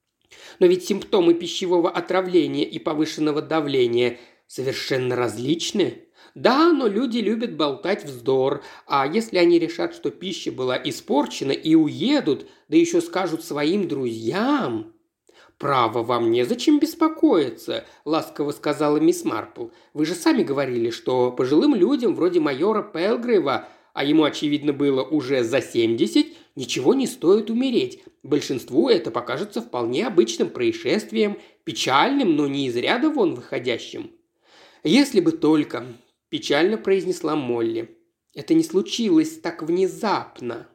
«Но ведь симптомы пищевого отравления и повышенного давления совершенно различны». «Да, но люди любят болтать вздор, а если они решат, что пища была испорчена и уедут, да еще скажут своим друзьям...» «Право, вам незачем беспокоиться», – ласково сказала мисс Марпл. «Вы же сами говорили, что пожилым людям, вроде майора Пэлгрейва, а ему, очевидно, было уже за 70, ничего не стоит умереть. Большинству это покажется вполне обычным происшествием, печальным, но не из ряда вон выходящим». «Если бы только», – печально произнесла Молли. «Это не случилось так внезапно».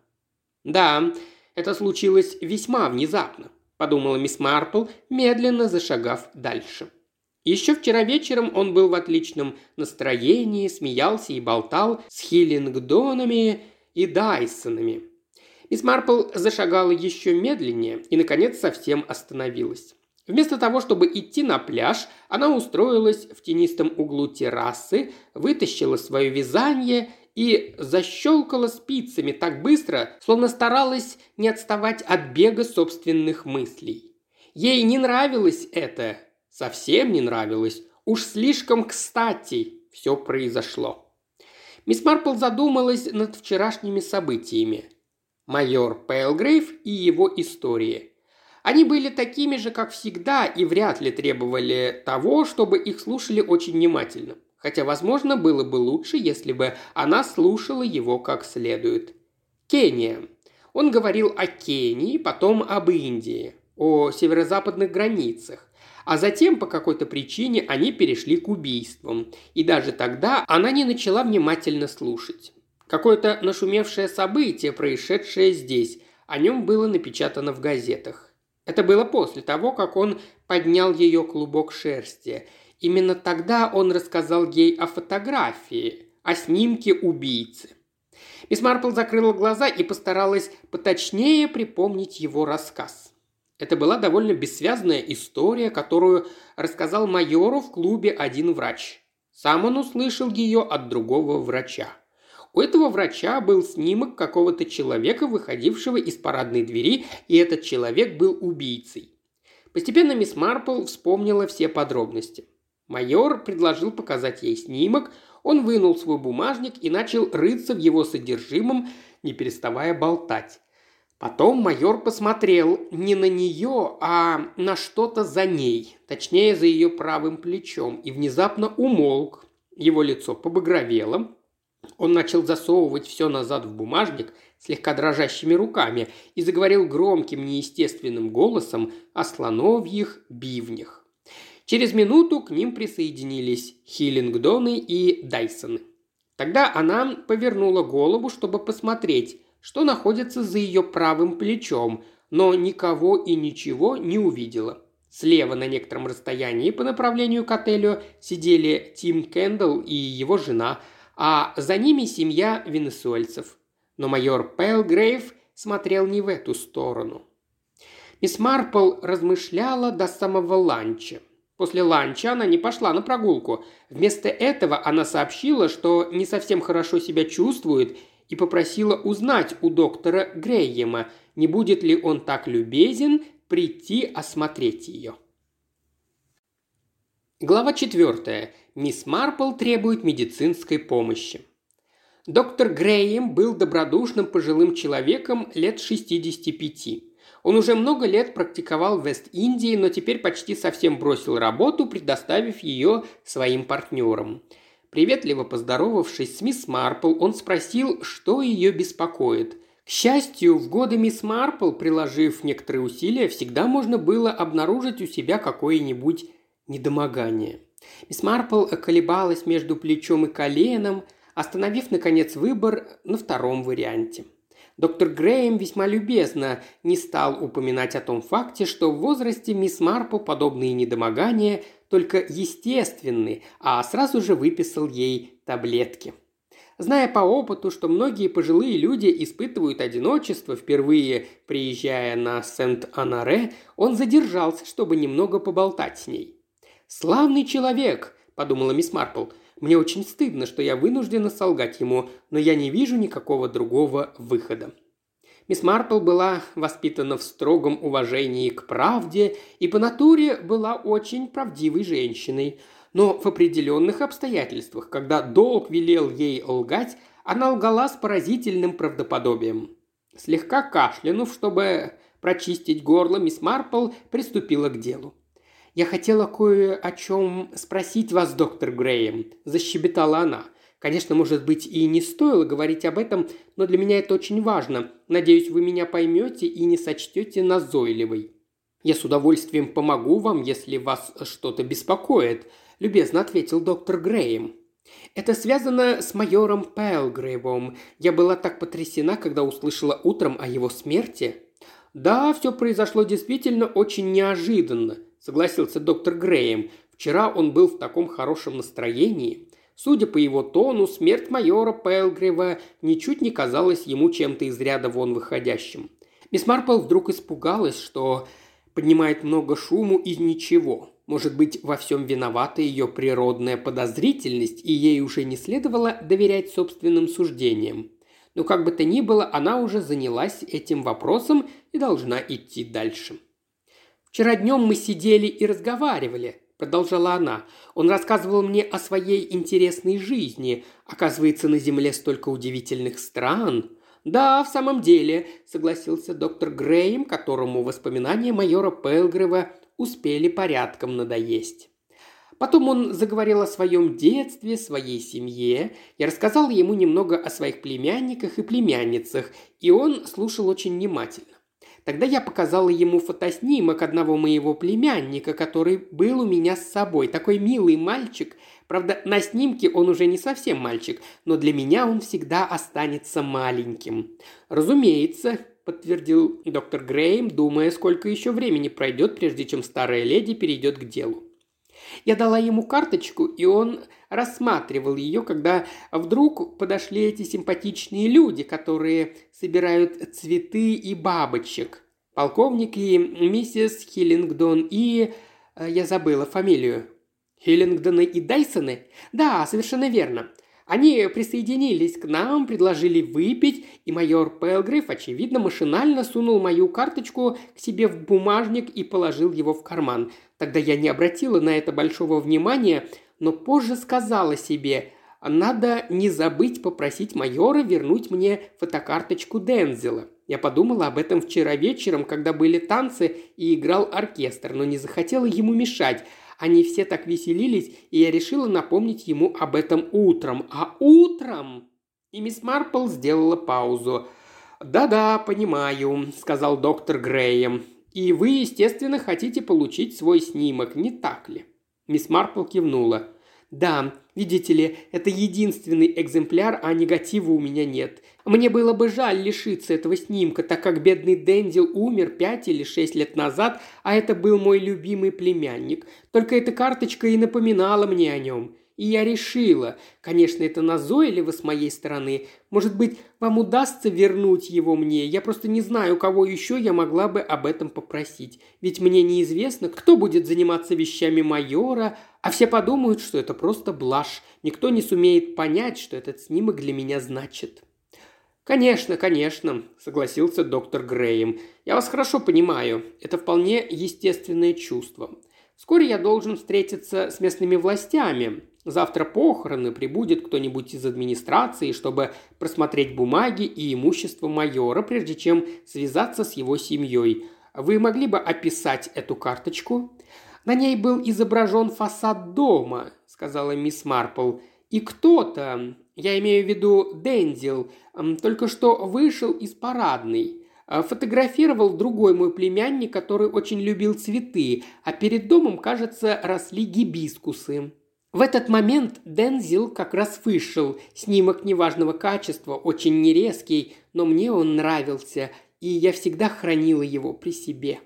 «Да, это случилось весьма внезапно», – подумала мисс Марпл, медленно зашагав дальше. Еще вчера вечером он был в отличном настроении, смеялся и болтал с Хиллингдонами и Дайсонами. Мисс Марпл зашагала еще медленнее и, наконец, совсем остановилась. Вместо того, чтобы идти на пляж, она устроилась в тенистом углу террасы, вытащила свое вязание и защелкала спицами так быстро, словно старалась не отставать от бега собственных мыслей. Ей не нравилось это, совсем не нравилось, уж слишком кстати все произошло. Мисс Марпл задумалась над вчерашними событиями. Майор Пэлгрейв и его истории. Они были такими же, как всегда, и вряд ли требовали того, чтобы их слушали очень внимательно. Хотя, возможно, было бы лучше, если бы она слушала его как следует. Кения. Он говорил о Кении, потом об Индии, о северо-западных границах. А затем, по какой-то причине, они перешли к убийствам. И даже тогда она не начала внимательно слушать. Какое-то нашумевшее событие, происшедшее здесь, о нем было напечатано в газетах. Это было после того, как он поднял ее клубок шерсти. Именно тогда он рассказал ей о фотографии, о снимке убийцы. Мисс Марпл закрыла глаза и постаралась поточнее припомнить его рассказ. Это была довольно бессвязная история, которую рассказал майору в клубе один врач. Сам он услышал ее от другого врача. У этого врача был снимок какого-то человека, выходившего из парадной двери, и этот человек был убийцей. Постепенно мисс Марпл вспомнила все подробности. Майор предложил показать ей снимок, он вынул свой бумажник и начал рыться в его содержимом, не переставая болтать. Потом майор посмотрел не на нее, а на что-то за ней, точнее за ее правым плечом, и внезапно умолк. Его лицо побагровело. Он начал засовывать все назад в бумажник слегка дрожащими руками и заговорил громким неестественным голосом о слоновьих бивнях. Через минуту к ним присоединились Хиллингдоны и Дайсоны. Тогда она повернула голову, чтобы посмотреть, что находится за ее правым плечом, но никого и ничего не увидела. Слева на некотором расстоянии по направлению к отелю сидели Тим Кендалл и его жена, а за ними семья венесуэльцев. Но майор Пэлгрейв смотрел не в эту сторону. Мисс Марпл размышляла до самого ланча. После ланча она не пошла на прогулку. Вместо этого она сообщила, что не совсем хорошо себя чувствует, и попросила узнать у доктора Грейема, не будет ли он так любезен прийти осмотреть ее. Глава 4. Мисс Марпл требует медицинской помощи. Доктор Грейем был добродушным пожилым человеком лет 65. Он уже много лет практиковал в Вест-Индии, но теперь почти совсем бросил работу, предоставив ее своим партнерам. Приветливо поздоровавшись с мисс Марпл, он спросил, что ее беспокоит. К счастью, в годы мисс Марпл, приложив некоторые усилия, всегда можно было обнаружить у себя какое-нибудь недомогание. Мисс Марпл колебалась между плечом и коленом, остановив, наконец, выбор на втором варианте. Доктор Грейем весьма любезно не стал упоминать о том факте, что в возрасте мисс Марпл подобные недомогания только естественны, а сразу же выписал ей таблетки. Зная по опыту, что многие пожилые люди испытывают одиночество, впервые приезжая на Сент-Анаре, он задержался, чтобы немного поболтать с ней. «Славный человек», – подумала мисс Марпл. «Мне очень стыдно, что я вынуждена солгать ему, но я не вижу никакого другого выхода». Мисс Марпл была воспитана в строгом уважении к правде и по натуре была очень правдивой женщиной. Но в определенных обстоятельствах, когда долг велел ей лгать, она лгала с поразительным правдоподобием. Слегка кашлянув, чтобы прочистить горло, мисс Марпл приступила к делу. «Я хотела кое о чем спросить вас, доктор Грейем», – защебетала она. «Конечно, может быть, и не стоило говорить об этом, но для меня это очень важно. Надеюсь, вы меня поймете и не сочтете назойливой». «Я с удовольствием помогу вам, если вас что-то беспокоит», – любезно ответил доктор Грейем. «Это связано с майором Пэлгрейвом. Я была так потрясена, когда услышала утром о его смерти». «Да, все произошло действительно очень неожиданно», – согласился доктор Грейем. «Вчера он был в таком хорошем настроении». Судя по его тону, смерть майора Пэлгрейва ничуть не казалась ему чем-то из ряда вон выходящим. Мисс Марпл вдруг испугалась, что поднимает много шуму из ничего. Может быть, во всем виновата ее природная подозрительность, и ей уже не следовало доверять собственным суждениям. Но как бы то ни было, она уже занялась этим вопросом и должна идти дальше. «Вчера днем мы сидели и разговаривали», – продолжала она. «Он рассказывал мне о своей интересной жизни. Оказывается, на Земле столько удивительных стран». «Да, в самом деле», – согласился доктор Грейем, которому воспоминания майора Пэлгрейва успели порядком надоесть. Потом он заговорил о своем детстве, своей семье. Я рассказал ему немного о своих племянниках и племянницах, и он слушал очень внимательно. Тогда я показала ему фотоснимок одного моего племянника, который был у меня с собой. Такой милый мальчик. Правда, на снимке он уже не совсем мальчик, но для меня он всегда останется маленьким. «Разумеется», – подтвердил доктор Грейем, думая, сколько еще времени пройдет, прежде чем старая леди перейдет к делу. Я дала ему карточку, и он рассматривал ее, когда вдруг подошли эти симпатичные люди, которые собирают цветы и бабочек. Полковник и миссис Хиллингдон и... Я забыла фамилию. Хиллингдоны и Дайсоны? Да, совершенно верно. Они присоединились к нам, предложили выпить, и майор Пелгрейв, очевидно, машинально сунул мою карточку к себе в бумажник и положил его в карман. Тогда я не обратила на это большого внимания, но позже сказала себе, надо не забыть попросить майора вернуть мне фотокарточку Дензела. Я подумала об этом вчера вечером, когда были танцы и играл оркестр, но не захотела ему мешать. Они все так веселились, и я решила напомнить ему об этом утром. А утром... И мисс Марпл сделала паузу. «Да-да, понимаю», — сказал доктор Грэем. «И вы, естественно, хотите получить свой снимок, не так ли?» Мисс Марпл кивнула. «Да, видите ли, это единственный экземпляр, а негатива у меня нет. Мне было бы жаль лишиться этого снимка, так как бедный Дензел умер 5 или 6 лет назад, а это был мой любимый племянник. Только эта карточка и напоминала мне о нем. И я решила, конечно, это назойливо с моей стороны, может быть, вам удастся вернуть его мне, я просто не знаю, кого еще я могла бы об этом попросить. Ведь мне неизвестно, кто будет заниматься вещами майора, а все подумают, что это просто блажь. Никто не сумеет понять, что этот снимок для меня значит». «Конечно, конечно», – согласился доктор Грэем. «Я вас хорошо понимаю. Это вполне естественное чувство. Вскоре я должен встретиться с местными властями. Завтра похороны, прибудет кто-нибудь из администрации, чтобы просмотреть бумаги и имущество майора, прежде чем связаться с его семьей. Вы могли бы описать эту карточку?» «На ней был изображен фасад дома», – сказала мисс Марпл. «И кто-то, я имею в виду Дензел, только что вышел из парадной. Фотографировал другой мой племянник, который очень любил цветы, а перед домом, кажется, росли гибискусы. В этот момент Дензел как раз вышел. Снимок неважного качества, очень нерезкий, но мне он нравился, и я всегда хранила его при себе».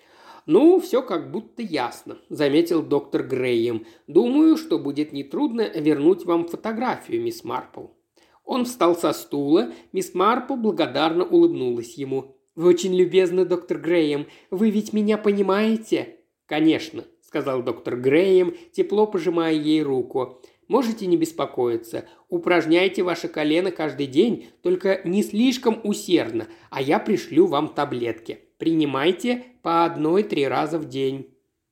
«Ну, все как будто ясно», – заметил доктор Грэем. «Думаю, что будет нетрудно вернуть вам фотографию, мисс Марпл». Он встал со стула, мисс Марпл благодарно улыбнулась ему. «Вы очень любезны, доктор Грэем. Вы ведь меня понимаете?» «Конечно», – сказал доктор Грэем, тепло пожимая ей руку. «Можете не беспокоиться. Упражняйте ваше колено каждый день, только не слишком усердно, а я пришлю вам таблетки. Принимайте по 1-3 раза в день».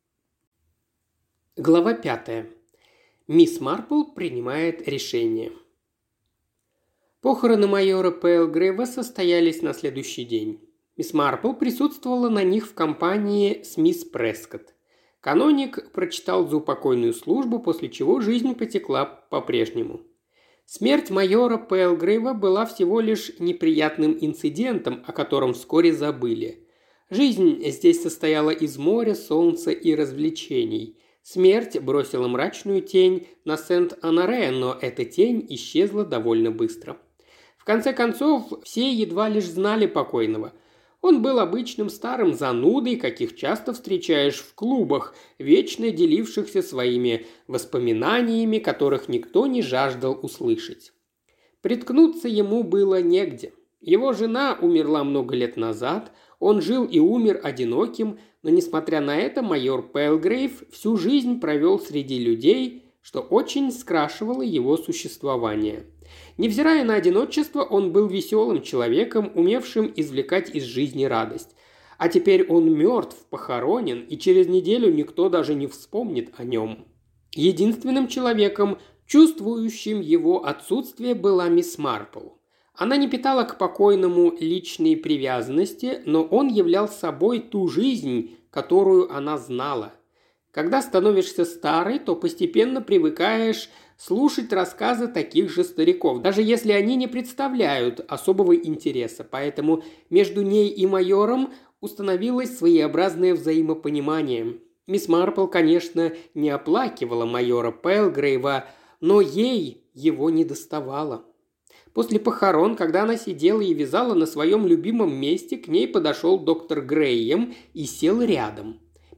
Глава 5. Мисс Марпл принимает решение. Похороны майора Пэлгрейва состоялись на следующий день. Мисс Марпл присутствовала на них в компании с мисс Прескотт. Каноник прочитал заупокойную службу, после чего жизнь потекла по-прежнему. Смерть майора Пэлгрейва была всего лишь неприятным инцидентом, о котором вскоре забыли. Жизнь здесь состояла из моря, солнца и развлечений. Смерть бросила мрачную тень на Сент-Анаре, но эта тень исчезла довольно быстро. В конце концов, все едва лишь знали покойного. Он был обычным старым занудой, каких часто встречаешь в клубах, вечно делившихся своими воспоминаниями, которых никто не жаждал услышать. Приткнуться ему было негде. Его жена умерла много лет назад, он жил и умер одиноким, но, несмотря на это, майор Пэлгрейв всю жизнь провел среди людей, что очень скрашивало его существование. Невзирая на одиночество, он был веселым человеком, умевшим извлекать из жизни радость. А теперь он мертв, похоронен, и через неделю никто даже не вспомнит о нем. Единственным человеком, чувствующим его отсутствие, была мисс Марпл. Она не питала к покойному личной привязанности, но он являл собой ту жизнь, которую она знала. Когда становишься старой, то постепенно привыкаешь слушать рассказы таких же стариков, даже если они не представляют особого интереса. Поэтому между ней и майором установилось своеобразное взаимопонимание. Мисс Марпл, конечно, не оплакивала майора Пэлгрейва, но ей его недоставало. После похорон, когда она сидела и вязала на своем любимом месте, к ней подошел доктор Грэем и сел рядом.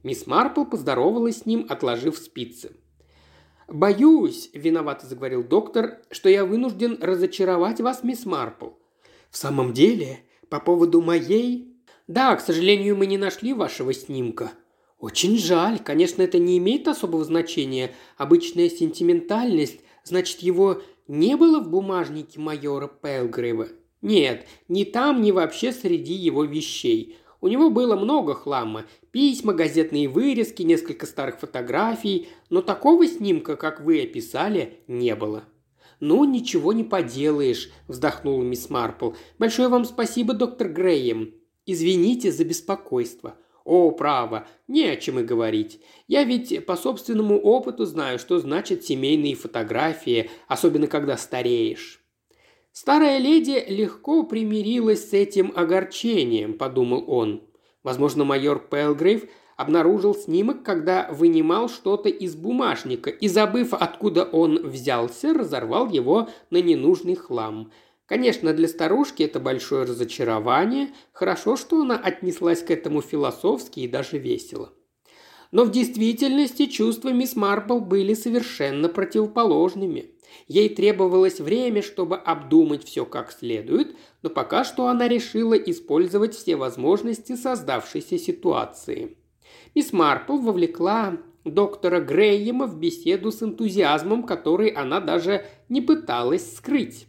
Мисс Марпл поздоровалась с ним, отложив спицы. «Боюсь», – виновато заговорил доктор, – «что я вынужден разочаровать вас, мисс Марпл». «В самом деле? По поводу моей?» «Да, к сожалению, мы не нашли вашего снимка». «Очень жаль. Конечно, это не имеет особого значения. Обычная сентиментальность. Значит, его не было в бумажнике майора Пелгрейва?» «Нет, ни там, ни вообще среди его вещей. У него было много хлама. Письма, газетные вырезки, несколько старых фотографий. Но такого снимка, как вы описали, не было». «Ну, ничего не поделаешь», – вздохнула мисс Марпл. «Большое вам спасибо, доктор Грэем. Извините за беспокойство». «О, право, не о чем и говорить. Я ведь по собственному опыту знаю, что значит семейные фотографии, особенно когда стареешь». «Старая леди легко примирилась с этим огорчением», – подумал он. Возможно, майор Пелгрейв обнаружил снимок, когда вынимал что-то из бумажника и, забыв, откуда он взялся, разорвал его на ненужный хлам. Конечно, для старушки это большое разочарование. Хорошо, что она отнеслась к этому философски и даже весело. Но в действительности чувства мисс Марпл были совершенно противоположными. Ей требовалось время, чтобы обдумать все как следует, но пока что она решила использовать все возможности создавшейся ситуации. Мисс Марпл вовлекла доктора Грэема в беседу с энтузиазмом, который она даже не пыталась скрыть.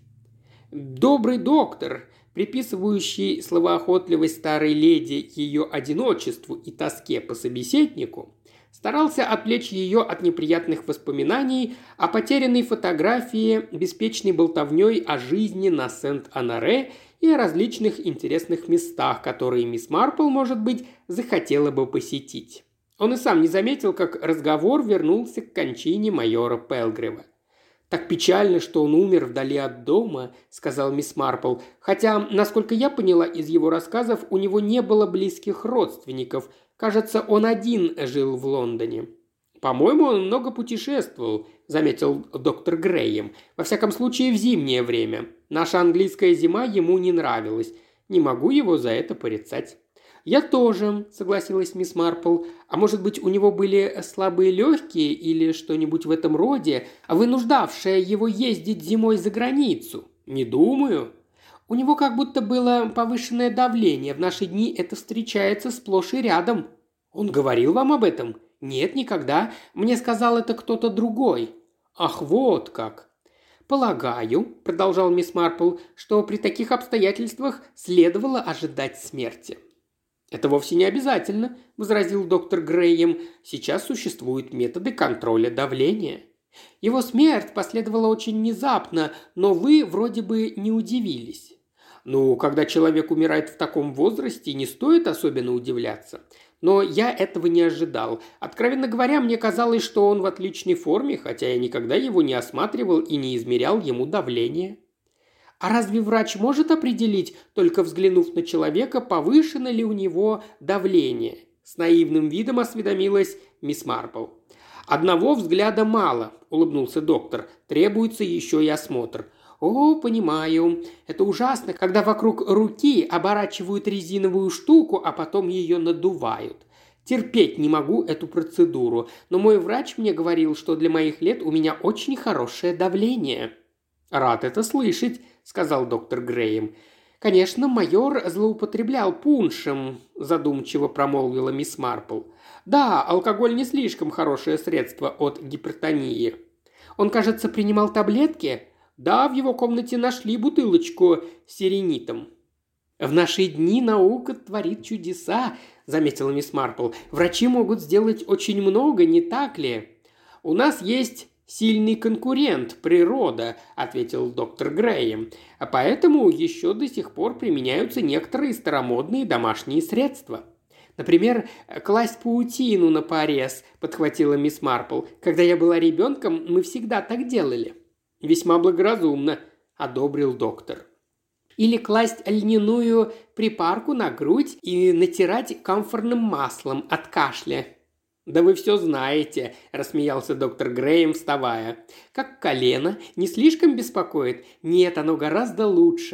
Добрый доктор, приписывающий словоохотливость старой леди ее одиночеству и тоске по собеседнику, старался отвлечь ее от неприятных воспоминаний о потерянной фотографии беспечной болтовней о жизни на Сент-Анаре и о различных интересных местах, которые мисс Марпл, может быть, захотела бы посетить. Он и сам не заметил, как разговор вернулся к кончине майора Пелгрейва. «Так печально, что он умер вдали от дома», – сказал мисс Марпл. «Хотя, насколько я поняла из его рассказов, у него не было близких родственников. Кажется, он один жил в Лондоне». «По-моему, он много путешествовал», – заметил доктор Грэем. «Во всяком случае, в зимнее время. Наша английская зима ему не нравилась. Не могу его за это порицать». «Я тоже», – согласилась мисс Марпл. «А может быть, у него были слабые легкие или что-нибудь в этом роде, вынуждавшее его ездить зимой за границу?» «Не думаю». «У него как будто было повышенное давление. В наши дни это встречается сплошь и рядом». «Он говорил вам об этом?» «Нет, никогда. Мне сказал это кто-то другой». «Ах, вот как!» «Полагаю», – продолжал мисс Марпл, – «что при таких обстоятельствах следовало ожидать смерти». «Это вовсе не обязательно», – возразил доктор Грэем. «Сейчас существуют методы контроля давления». «Его смерть последовала очень внезапно, но вы вроде бы не удивились». «Ну, когда человек умирает в таком возрасте, не стоит особенно удивляться. Но я этого не ожидал. Откровенно говоря, мне казалось, что он в отличной форме, хотя я никогда его не осматривал и не измерял ему давление». «А разве врач может определить, только взглянув на человека, повышено ли у него давление?» С наивным видом осведомилась мисс Марпл. «Одного взгляда мало», – улыбнулся доктор. «Требуется еще и осмотр». «О, понимаю. Это ужасно, когда вокруг руки оборачивают резиновую штуку, а потом ее надувают. Терпеть не могу эту процедуру, но мой врач мне говорил, что для моих лет у меня очень хорошее давление». «Рад это слышать», – сказал доктор Грэем. «Конечно, майор злоупотреблял пуншем», – задумчиво промолвила мисс Марпл. «Да, алкоголь не слишком хорошее средство от гипертонии». «Он, кажется, принимал таблетки?» «Да, в его комнате нашли бутылочку с сиренитом». «В наши дни наука творит чудеса», – заметила мисс Марпл. «Врачи могут сделать очень много, не так ли?» «У нас есть сильный конкурент – природа», – ответил доктор Грэем. «А поэтому еще до сих пор применяются некоторые старомодные домашние средства». «Например, класть паутину на порез», – подхватила мисс Марпл. «Когда я была ребенком, мы всегда так делали». «Весьма благоразумно», – одобрил доктор. «Или класть льняную припарку на грудь и натирать камфорным маслом от кашля». «Да вы все знаете», – рассмеялся доктор Грэем, вставая. «Как колено? Не слишком беспокоит?» «Нет, оно гораздо лучше.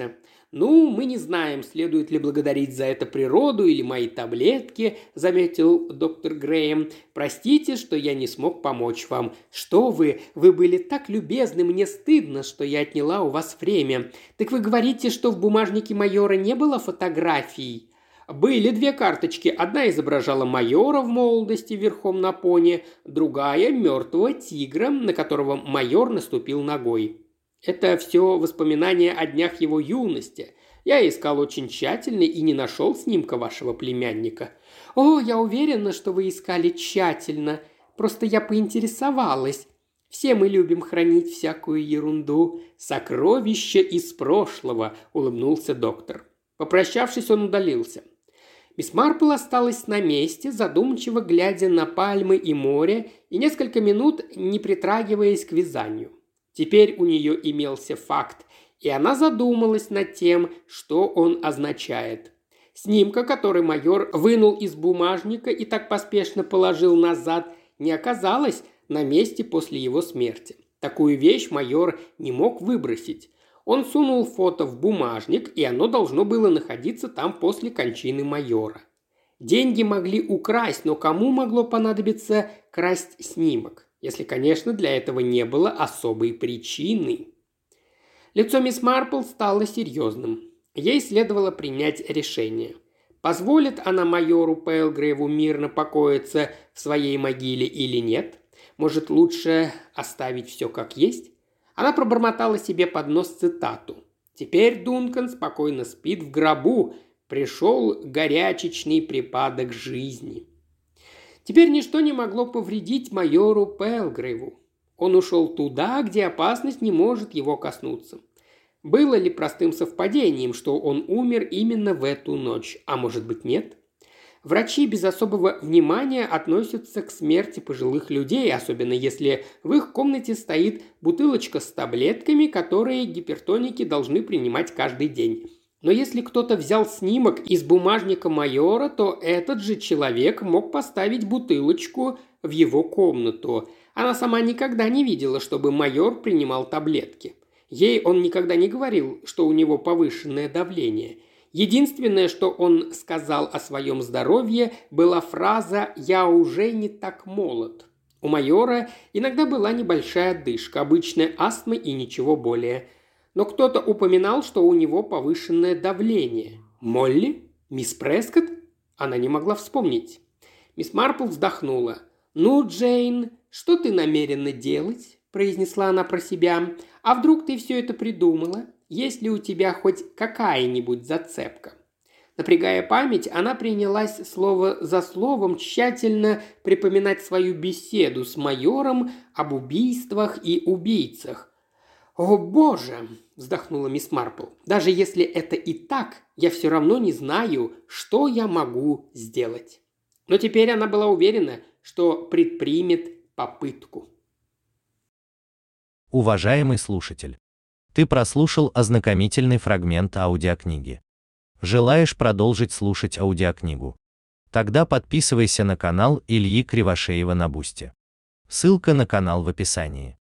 «Ну, мы не знаем, следует ли благодарить за это природу или мои таблетки», – заметил доктор Грэем. «Простите, что я не смог помочь вам. Что вы были так любезны, мне стыдно, что я отняла у вас время. Так вы говорите, что в бумажнике майора не было фотографий?» «Были две карточки. Одна изображала майора в молодости верхом на пони, другая – мертвого тигра, на которого майор наступил ногой. Это все воспоминания о днях его юности. Я искал очень тщательно и не нашел снимка вашего племянника». «О, я уверена, что вы искали тщательно. Просто я поинтересовалась. Все мы любим хранить всякую ерунду. Сокровища из прошлого», – улыбнулся доктор. Попрощавшись, он удалился. Мисс Марпл осталась на месте, задумчиво глядя на пальмы и море и несколько минут не притрагиваясь к вязанию. Теперь у нее имелся факт, и она задумалась над тем, что он означает. Снимка, который майор вынул из бумажника и так поспешно положил назад, не оказалась на месте после его смерти. Такую вещь майор не мог выбросить. Он сунул фото в бумажник, и оно должно было находиться там после кончины майора. Деньги могли украсть, но кому могло понадобиться красть снимок? Если, конечно, для этого не было особой причины. Лицо мисс Марпл стало серьезным. Ей следовало принять решение. Позволит она майору Пэлгрейву мирно покоиться в своей могиле или нет? Может, лучше оставить все как есть? Она пробормотала себе под нос цитату. «Теперь Дункан спокойно спит в гробу. Пришел горячечный припадок жизни». Теперь ничто не могло повредить майору Пэлгрейву. Он ушел туда, где опасность не может его коснуться. Было ли простым совпадением, что он умер именно в эту ночь? А может быть, нет? Врачи без особого внимания относятся к смерти пожилых людей, особенно если в их комнате стоит бутылочка с таблетками, которые гипертоники должны принимать каждый день. Но если кто-то взял снимок из бумажника майора, то этот же человек мог поставить бутылочку в его комнату. Она сама никогда не видела, чтобы майор принимал таблетки. Ей он никогда не говорил, что у него повышенное давление. Единственное, что он сказал о своем здоровье, была фраза «я уже не так молод». У майора иногда была небольшая одышка, обычная астма и ничего более. Но кто-то упоминал, что у него повышенное давление. Молли? Мисс Прескотт? Она не могла вспомнить. Мисс Марпл вздохнула. «Ну, Джейн, что ты намерена делать?» – произнесла она про себя. «А вдруг ты все это придумала? Есть ли у тебя хоть какая-нибудь зацепка?» Напрягая память, она принялась слово за словом тщательно припоминать свою беседу с майором об убийствах и убийцах. «О, Боже!» – вздохнула мисс Марпл. «Даже если это и так, я все равно не знаю, что я могу сделать». Но теперь она была уверена, что предпримет попытку. Уважаемый слушатель, ты прослушал ознакомительный фрагмент аудиокниги. Желаешь продолжить слушать аудиокнигу? Тогда подписывайся на канал Ильи Кривошеева на Бусти. Ссылка на канал в описании.